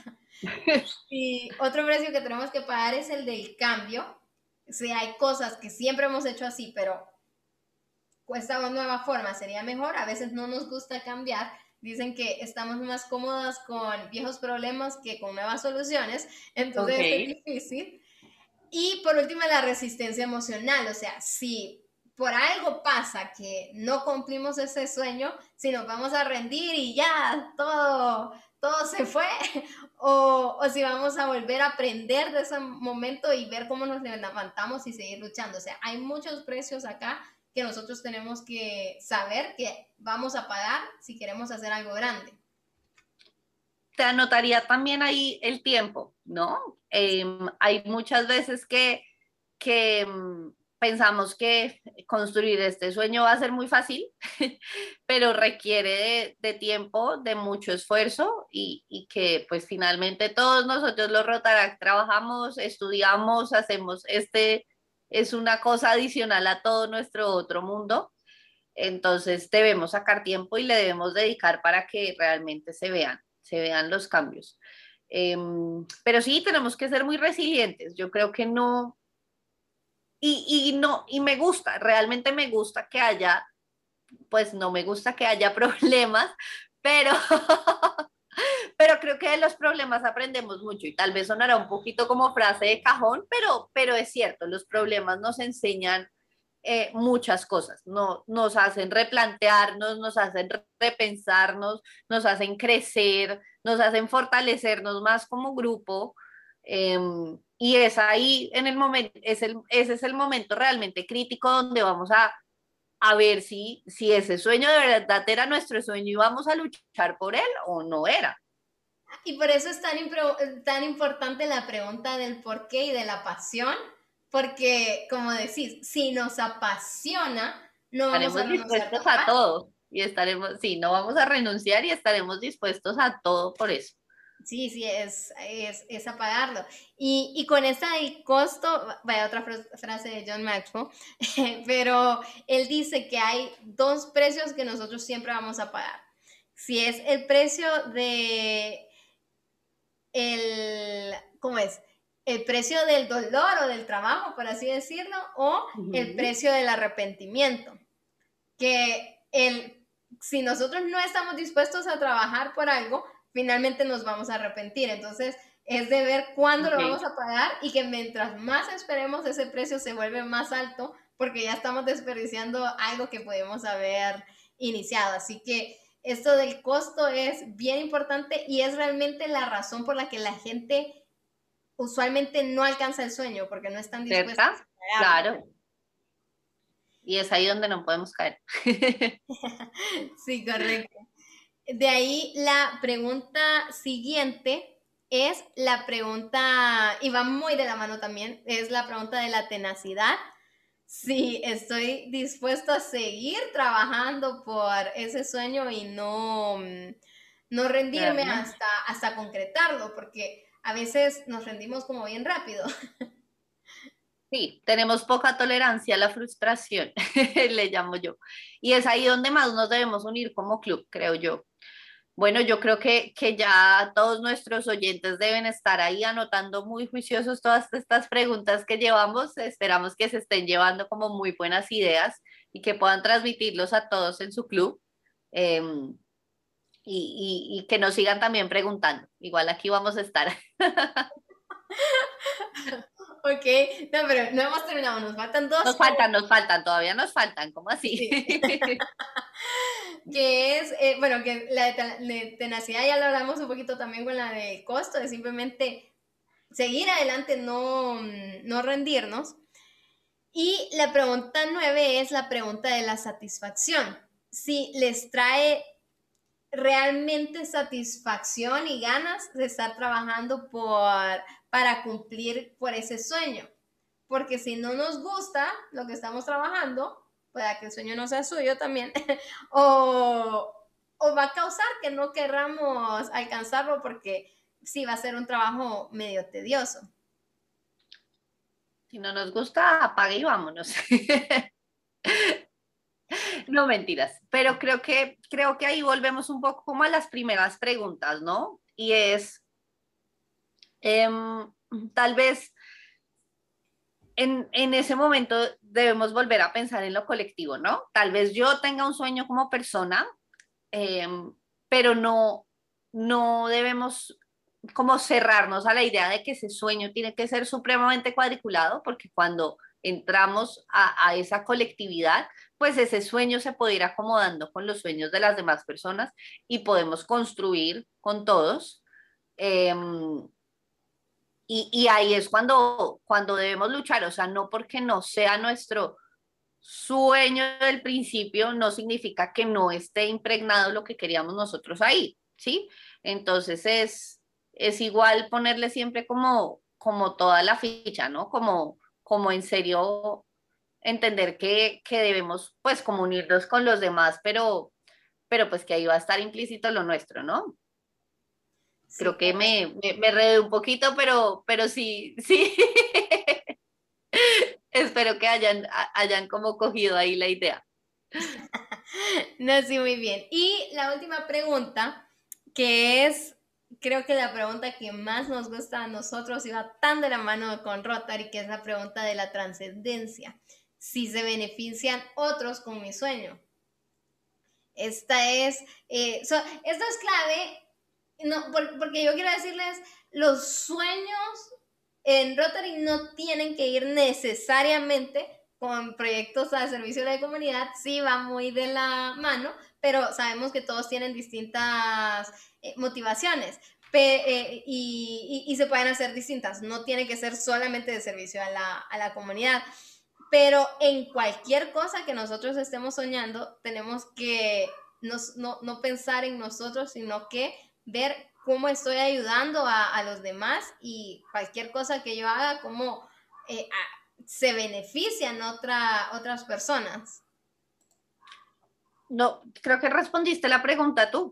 Speaker 1: Y otro precio que tenemos que pagar es el del cambio. Si hay cosas que siempre hemos hecho así, pero cuesta una nueva forma, sería mejor. A veces no nos gusta cambiar. Dicen que estamos más cómodas con viejos problemas que con nuevas soluciones. Entonces okay. es difícil. Y por último, la resistencia emocional. O sea, si por algo pasa que no cumplimos ese sueño, si nos vamos a rendir y ya todo, todo se fue, o, o si vamos a volver a aprender de ese momento y ver cómo nos levantamos y seguir luchando. O sea, hay muchos precios acá que nosotros tenemos que saber que vamos a pagar si queremos hacer algo grande.
Speaker 2: Te anotaría también ahí el tiempo, ¿no? Eh, hay muchas veces que, que pensamos que construir este sueño va a ser muy fácil, pero requiere de, de tiempo, de mucho esfuerzo y, y que pues finalmente todos nosotros los Rotaract trabajamos, estudiamos, hacemos este, es una cosa adicional a todo nuestro otro mundo. Entonces debemos sacar tiempo y le debemos dedicar para que realmente se vean, se vean los cambios. Eh, pero sí, tenemos que ser muy resilientes. Yo creo que no, y, y no, y me gusta, realmente me gusta que haya, pues no me gusta que haya problemas, pero, pero creo que de los problemas aprendemos mucho y tal vez sonará un poquito como frase de cajón, pero, pero es cierto, los problemas nos enseñan eh, muchas cosas, no, nos hacen replantearnos, nos hacen repensarnos, nos hacen crecer, nos hacen fortalecernos más como grupo. Eh, y es ahí en el momento, es el, ese es el momento realmente crítico donde vamos a, a ver si, si ese sueño de verdad era nuestro sueño y vamos a luchar por él o no era.
Speaker 1: Y por eso es tan, tan importante la pregunta del por qué y de la pasión, porque, como decís, si nos apasiona, no vamos
Speaker 2: estaremos
Speaker 1: a renunciar
Speaker 2: dispuestos a todo y estaremos, sí, no vamos a renunciar y estaremos dispuestos a todo por eso.
Speaker 1: Sí, sí, es, es, es apagarlo. Y, y con esta del costo, vaya otra frase de John Maxwell, pero él dice que hay dos precios que nosotros siempre vamos a pagar. Si es el precio de el, ¿cómo es? El precio del dolor o del trabajo, por así decirlo, o uh-huh. el precio del arrepentimiento. Que el, si nosotros no estamos dispuestos a trabajar por algo, finalmente nos vamos a arrepentir. Entonces, es de ver cuándo
Speaker 2: Okay.
Speaker 1: lo vamos a pagar y que mientras más esperemos, ese precio se vuelve más alto porque ya estamos desperdiciando algo que podemos haber iniciado. Así que esto del costo es bien importante y es realmente la razón por la que la gente usualmente no alcanza el sueño porque no están dispuestos
Speaker 2: ¿Cierta?
Speaker 1: a pagarlo.
Speaker 2: Claro. Y es ahí donde no podemos caer.
Speaker 1: Sí, correcto. De ahí la pregunta siguiente es la pregunta, y va muy de la mano también, es la pregunta de la tenacidad. Si estoy dispuesto a seguir trabajando por ese sueño y no, no rendirme
Speaker 2: Realmente.
Speaker 1: hasta, hasta concretarlo, porque a veces nos rendimos como bien rápido.
Speaker 2: Sí, tenemos poca tolerancia a la frustración, le llamo yo. Y es ahí donde más nos debemos unir como club, creo yo. Bueno, yo creo que, que ya todos nuestros oyentes deben estar ahí anotando muy juiciosos todas estas preguntas que llevamos. Esperamos que se estén llevando como muy buenas ideas y que puedan transmitirlos a todos en su club. Eh, y, y, y que nos sigan también preguntando. Igual aquí vamos a estar.
Speaker 1: Ok, no, pero no hemos terminado, nos faltan dos
Speaker 2: Nos
Speaker 1: preguntas.
Speaker 2: faltan, nos faltan, todavía nos faltan, ¿cómo así?
Speaker 1: Sí. Que es, eh, bueno, que la de tenacidad ya lo hablamos un poquito también con la del costo, de simplemente seguir adelante, no, no rendirnos. Y la pregunta nueve es la pregunta de la satisfacción. Si les trae realmente satisfacción y ganas de estar trabajando por, para cumplir por ese sueño. Porque si no nos gusta lo que estamos trabajando, pueda que el sueño no sea suyo también, o, o va a causar que no querramos alcanzarlo porque sí va a ser un trabajo medio tedioso.
Speaker 2: Si no nos gusta, apague y vámonos. No mentiras, pero creo que, creo que ahí volvemos un poco como a las primeras preguntas, ¿no? Y es, eh, tal vez en, en ese momento debemos volver a pensar en lo colectivo, ¿no? Tal vez yo tenga un sueño como persona, eh, pero no, no debemos como cerrarnos a la idea de que ese sueño tiene que ser supremamente cuadriculado, porque cuando entramos a, a esa colectividad, pues ese sueño se puede ir acomodando con los sueños de las demás personas y podemos construir con todos. Eh, y, y, ahí es cuando, cuando debemos luchar, o sea, no porque no sea nuestro sueño del principio, no significa que no esté impregnado lo que queríamos nosotros ahí, ¿sí? Entonces es, es igual ponerle siempre como, como toda la ficha, ¿no? Como, como en serio entender que, que debemos pues comunirnos con los demás, pero, pero pues que ahí va a estar implícito lo nuestro, ¿no?
Speaker 1: Sí,
Speaker 2: Creo que
Speaker 1: correcto.
Speaker 2: me, me, me redé un poquito, pero, pero sí, sí. Espero que hayan, hayan como cogido ahí la idea.
Speaker 1: No, sí, muy bien. Y la última pregunta, que es, creo que la pregunta que más nos gusta a nosotros y va tan de la mano con Rotary, que es la pregunta de la trascendencia. Si se benefician otros con mi sueño. Esta es, eh, so, esto es clave, no, por, porque yo quiero decirles, los sueños en Rotary no tienen que ir necesariamente con proyectos al servicio de la comunidad, sí va muy de la mano, pero sabemos que todos tienen distintas eh, motivaciones pe, eh, y, y, y, se pueden hacer distintas, no tiene que ser solamente de servicio a la, a la comunidad. Pero en cualquier cosa que nosotros estemos soñando, tenemos que nos, no, no pensar en nosotros, sino que ver cómo estoy ayudando a, a los demás y cualquier cosa que yo haga, cómo eh, a, se benefician otra, otras personas.
Speaker 2: No, creo que respondiste la pregunta tú.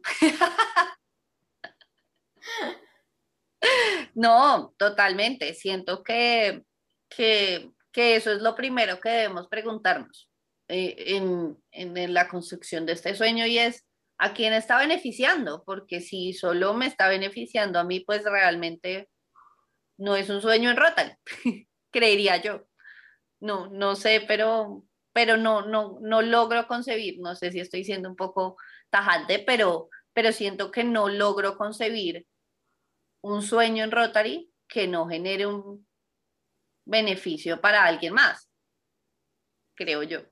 Speaker 2: No, totalmente. Siento que, que, que eso es lo primero que debemos preguntarnos eh, en, en la construcción de este sueño y es, ¿a quién está beneficiando? Porque si solo me está beneficiando a mí, pues realmente no es un sueño en Rotary, creería yo. No, no sé, pero, pero no, no, no logro concebir, no sé si estoy siendo un poco tajante, pero, pero siento que no logro concebir un sueño en Rotary que no genere un beneficio para alguien más, creo yo.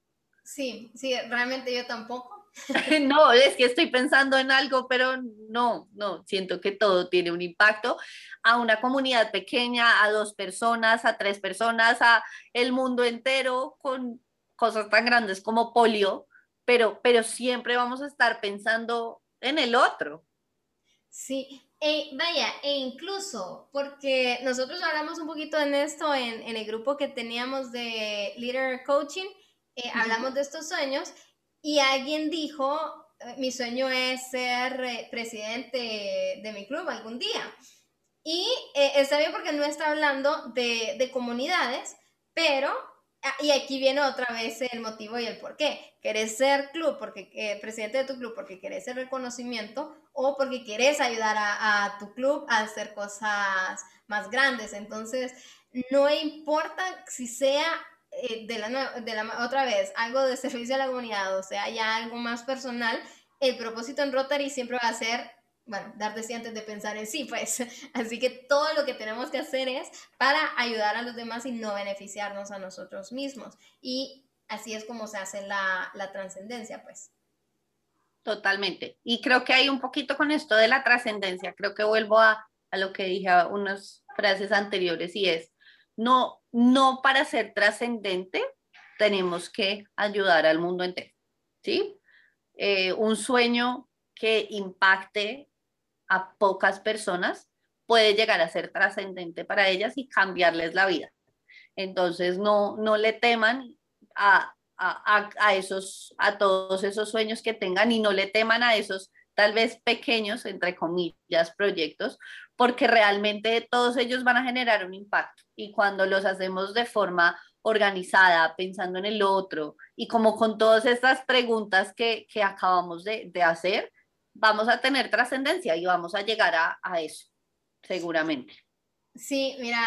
Speaker 1: Sí, sí, realmente yo tampoco.
Speaker 2: No, es que estoy pensando en algo, pero no, no, siento que todo tiene un impacto a una comunidad pequeña, a dos personas, a tres personas, a el mundo entero con cosas tan grandes como polio, pero, pero siempre vamos a estar pensando en el otro.
Speaker 1: Sí, e, vaya, e incluso porque nosotros hablamos un poquito en esto en, en el grupo que teníamos de Leader Coaching, eh,
Speaker 2: Ujú.
Speaker 1: hablamos de estos sueños y alguien dijo, eh, mi sueño es ser eh, presidente de mi club algún día. Y eh, está bien porque no está hablando de, de comunidades, pero, ah, y aquí viene otra vez el motivo y el por qué. ¿Querés ser club, porque eh, presidente de tu club, porque querés el reconocimiento o porque querés ayudar a, a tu club a hacer cosas más grandes? Entonces, no importa si sea eh, de, la, de la otra vez algo de servicio a la comunidad o sea ya algo más personal, el propósito en Rotary siempre va a ser, bueno, darte sí antes de pensar en sí, pues. Así que todo lo que tenemos que hacer es para ayudar a los demás y no beneficiarnos a nosotros mismos. Y así es como se hace la, la trascendencia, pues.
Speaker 2: Totalmente. Y creo que hay un poquito con esto de la trascendencia, creo que vuelvo a, a lo que dije a unas frases anteriores y es, no, no para ser trascendente tenemos que ayudar al mundo entero, ¿sí? Eh, un sueño que impacte a pocas personas puede llegar a ser trascendente para ellas y cambiarles la vida. Entonces, no, no le teman a, a, a, esos, a todos esos sueños que tengan y no le teman a esos tal vez pequeños, entre comillas, proyectos, porque realmente todos ellos van a generar un impacto. Y cuando los hacemos de forma organizada, pensando en el otro, y como con todas estas preguntas que, que acabamos de, de hacer, vamos a tener trascendencia y vamos a llegar a, a eso, seguramente.
Speaker 1: Sí, mira,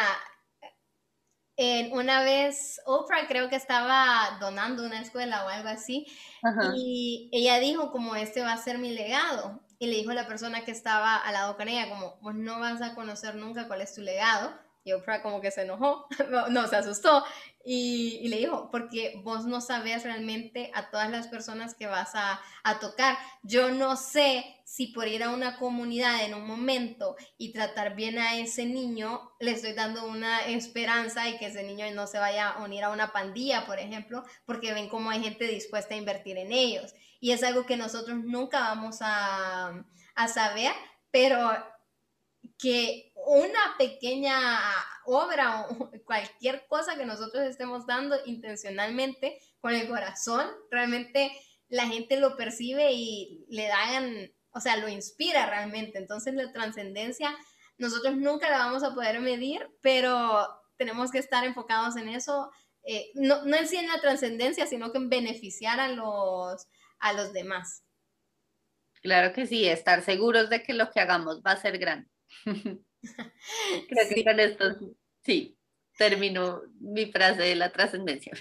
Speaker 1: en una vez Oprah creo que estaba donando una escuela o algo así
Speaker 2: Ajá.
Speaker 1: y ella dijo como este va a ser mi legado y le dijo a la persona que estaba al lado con ella como vos no vas a conocer nunca cuál es tu legado y Oprah como que se enojó, no, no, se asustó y, y le dijo porque vos no sabes realmente a todas las personas que vas a, a tocar. Yo no sé si por ir a una comunidad en un momento y tratar bien a ese niño, le estoy dando una esperanza y que ese niño no se vaya a unir a una pandilla, por ejemplo, porque ven cómo hay gente dispuesta a invertir en ellos. Y es algo que nosotros nunca vamos a, a saber, pero que una pequeña obra o cualquier cosa que nosotros estemos dando intencionalmente con el corazón, realmente la gente lo percibe y le dan, o sea, lo inspira realmente. Entonces la trascendencia nosotros nunca la vamos a poder medir, pero tenemos que estar enfocados en eso, eh, no, no en sí en la trascendencia, sino que en beneficiar a los, a los demás.
Speaker 2: Claro que sí, estar seguros de que lo que hagamos va a ser grande. Creo que
Speaker 1: Sí.
Speaker 2: con esto sí, termino mi frase de la trascendencia.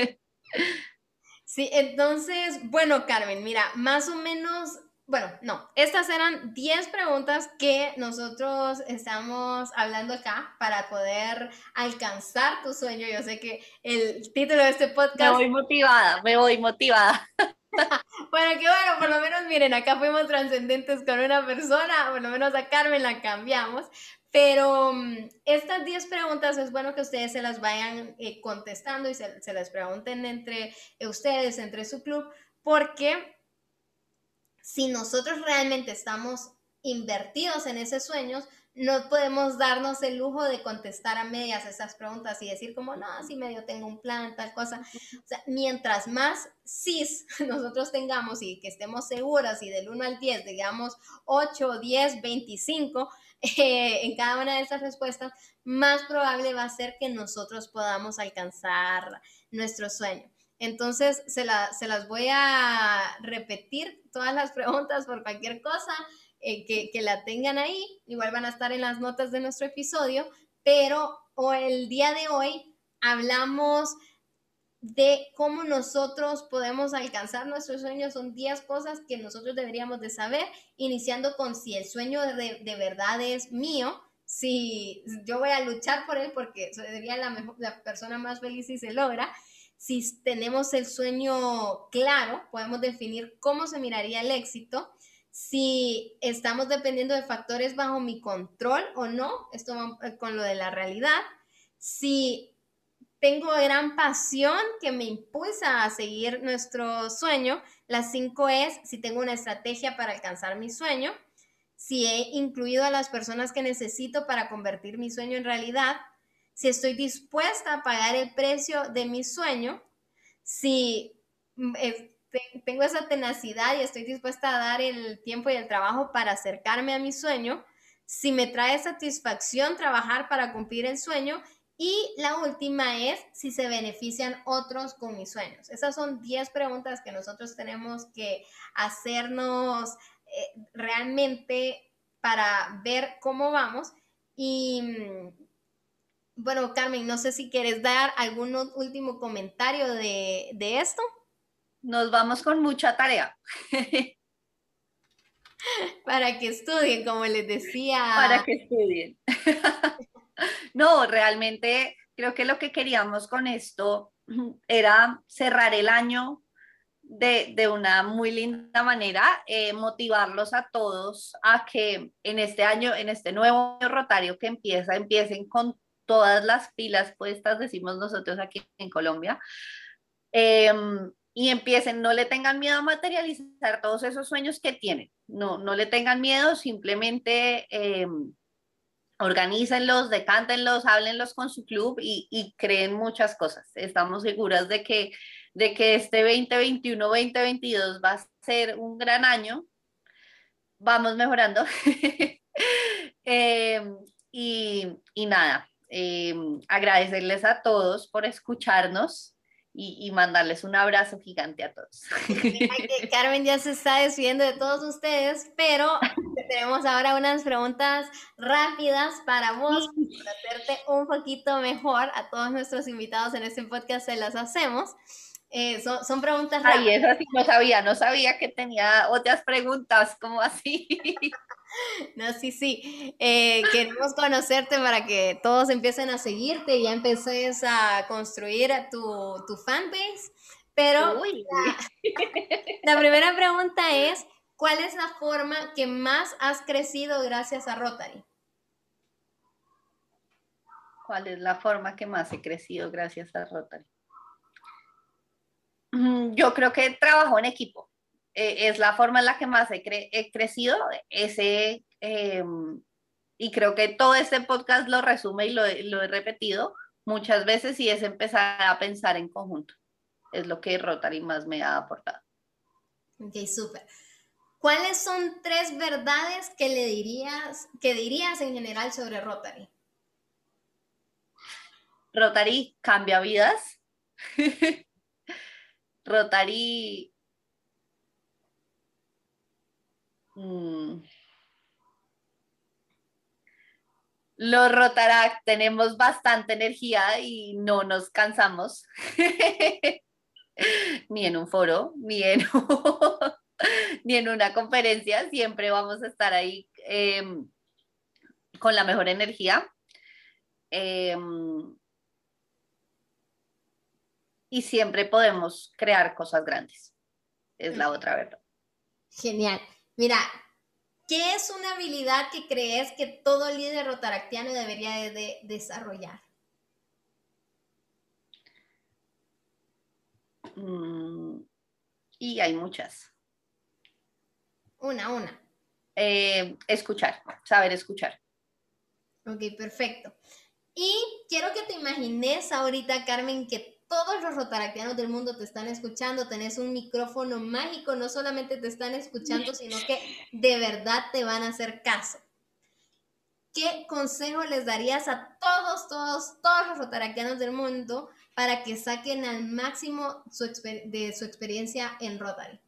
Speaker 1: Sí, entonces, bueno, Carmen, mira, más o menos, bueno, no, estas eran diez preguntas que nosotros estamos hablando acá para poder alcanzar tu sueño. Yo sé que el título de este
Speaker 2: Me
Speaker 1: podcast,
Speaker 2: voy motivada, me voy motivada.
Speaker 1: bueno, que bueno, por lo menos miren, acá fuimos trascendentes con una persona, por lo menos a Carmen la cambiamos, pero um, estas diez preguntas es bueno que ustedes se las vayan eh, contestando y se, se las pregunten entre eh, ustedes, entre su club, porque si nosotros realmente estamos invertidos en esos sueños, no podemos darnos el lujo de contestar a medias esas preguntas y decir como, no, si medio tengo un plan, tal cosa. O sea, mientras más sís nosotros tengamos y que estemos seguras y del uno al diez, digamos ocho, diez, veinticinco, eh, en cada una de esas respuestas, más probable va a ser que nosotros podamos alcanzar nuestro sueño. Entonces, se, la, se, las voy a repetir todas las preguntas por cualquier cosa eh, que, que, la tengan ahí. Igual van a estar en las notas de nuestro episodio, pero o el día de hoy hablamos de cómo nosotros podemos alcanzar nuestros sueños. Son diez cosas que nosotros deberíamos de saber, iniciando con si el sueño de, de verdad es mío, si yo voy a luchar por él porque sería la, mejor, la persona más feliz si se logra. Si tenemos el sueño claro, podemos definir cómo se miraría el éxito. Si estamos dependiendo de factores bajo mi control o no, esto va con lo de la realidad. Si tengo gran pasión que me impulsa a seguir nuestro sueño. La cinco es si tengo una estrategia para alcanzar mi sueño, si he incluido a las personas que necesito para convertir mi sueño en realidad, si estoy dispuesta a pagar el precio de mi sueño, si eh, tengo esa tenacidad y estoy dispuesta a dar el tiempo y el trabajo para acercarme a mi sueño, si me trae satisfacción trabajar para cumplir el sueño, y la última es si se benefician otros con mis sueños. Esas son diez preguntas que nosotros tenemos que hacernos eh, realmente para ver cómo vamos. Y bueno, Carmen, no sé si quieres dar algún último comentario de, de esto.
Speaker 2: Nos vamos con mucha tarea.
Speaker 1: Para que estudien, como les decía.
Speaker 2: Para que estudien. No, realmente creo que lo que queríamos con esto era cerrar el año de, de una muy linda manera, eh, motivarlos a todos a que en este año, en este nuevo año rotario que empieza, empiecen con todas las pilas puestas, decimos nosotros aquí en Colombia, eh, y empiecen, no le tengan miedo a materializar todos esos sueños que tienen, no, no le tengan miedo, simplemente eh, organícenlos, decántenlos, háblenlos con su club y, y creen muchas cosas. Estamos seguras de que, de que este veinte veintiuno, veinte veintidós va a ser un gran año. Vamos mejorando. eh, y, y nada, eh, agradecerles a todos por escucharnos y, y mandarles un abrazo gigante a todos.
Speaker 1: Carmen ya se está despidiendo de todos ustedes, pero tenemos ahora unas preguntas rápidas para vos, para hacerte un poquito mejor. A todos nuestros invitados en este podcast se las hacemos. Eh, son, son preguntas rápidas.
Speaker 2: Ay, eso sí no sabía, no sabía que tenía otras preguntas, ¿cómo así?
Speaker 1: No, sí, sí. Eh, queremos conocerte para que todos empiecen a seguirte y ya empeces a construir tu, tu fanbase. Pero
Speaker 2: Uy.
Speaker 1: La, la primera pregunta es, ¿cuál es la forma que más has crecido gracias a Rotary?
Speaker 2: ¿Cuál es la forma que más he crecido gracias a Rotary? Yo creo que trabajo en equipo. Eh, es la forma en la que más he, cre he crecido. Ese, eh, y creo que todo este podcast lo resume y lo, lo he repetido muchas veces y es empezar a pensar en conjunto. Es lo que Rotary más me ha aportado.
Speaker 1: Ok, súper. ¿Cuáles son tres verdades que le dirías, que dirías en general sobre Rotary?
Speaker 2: Rotary cambia vidas. Rotary... Mmm, los Rotaract tenemos bastante energía y no nos cansamos. Ni en un foro, ni en, ni en una conferencia. Siempre vamos a estar ahí eh, con la mejor energía. Eh, y siempre podemos crear cosas grandes. Es la otra verdad.
Speaker 1: Genial. Mira, ¿qué es una habilidad que crees que todo líder rotaractiano debería de, de desarrollar?
Speaker 2: Mm, y hay muchas.
Speaker 1: Una, una.
Speaker 2: Eh, escuchar, saber escuchar.
Speaker 1: Ok, perfecto. Y quiero que te imagines ahorita, Carmen, que todos los rotaractianos del mundo te están escuchando, tenés un micrófono mágico, no solamente te están escuchando, sino que de verdad te van a hacer caso. ¿Qué consejo les darías a todos, todos, todos los rotaractianos del mundo para que saquen al máximo su de su experiencia en Rotary?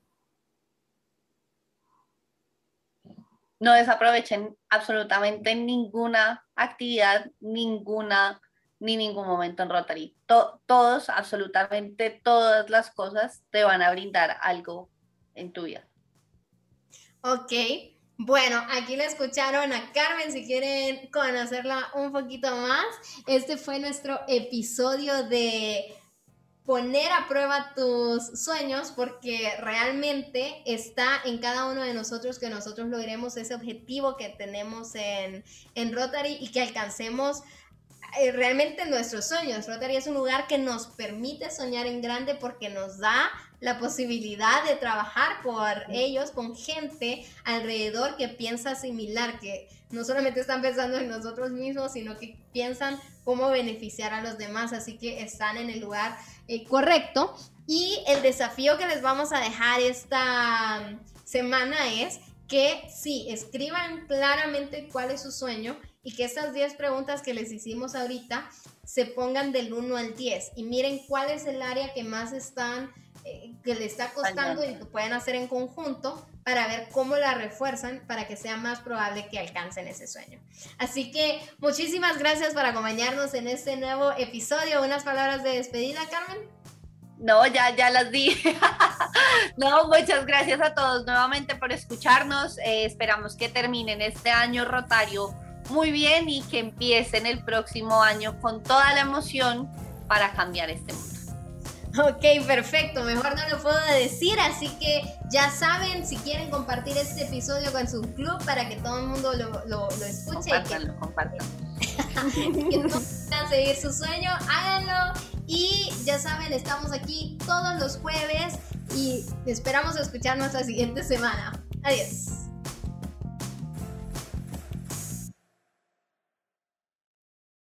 Speaker 2: No desaprovechen absolutamente ninguna actividad, ninguna ni ningún momento en Rotary. To todos, absolutamente todas las cosas te van a brindar algo en tu vida.
Speaker 1: Ok, bueno, aquí la escucharon a Carmen, si quieren conocerla un poquito más. Este fue nuestro episodio de poner a prueba tus sueños, porque realmente está en cada uno de nosotros que nosotros logremos ese objetivo que tenemos en, en Rotary y que alcancemos eh, realmente nuestros sueños. Rotary es un lugar que nos permite soñar en grande porque nos da la posibilidad de trabajar por ellos, con gente alrededor que piensa similar, que no solamente están pensando en nosotros mismos, sino que piensan cómo beneficiar a los demás, así que están en el lugar eh, correcto. Y el desafío que les vamos a dejar esta semana es que sí, escriban claramente cuál es su sueño y que estas diez preguntas que les hicimos ahorita se pongan del uno al diez y miren cuál es el área que más están que le está costando y lo pueden hacer en conjunto para ver cómo la refuerzan para que sea más probable que alcancen ese sueño. Así que muchísimas gracias por acompañarnos en este nuevo episodio. ¿Unas palabras de despedida, Carmen?
Speaker 2: No, ya, ya las di. No, muchas gracias a todos nuevamente por escucharnos. Eh, esperamos que terminen este año rotario muy bien y que empiecen el próximo año con toda la emoción para cambiar este mundo.
Speaker 1: Ok, perfecto, mejor no lo puedo decir, así que ya saben, si quieren compartir este episodio con su club para que todo el mundo lo, lo, lo escuche
Speaker 2: compártanlo, y que, compártanlo.
Speaker 1: que todos puedan seguir su sueño, háganlo. Y ya saben, estamos aquí todos los jueves y esperamos escucharnos la siguiente semana. Adiós.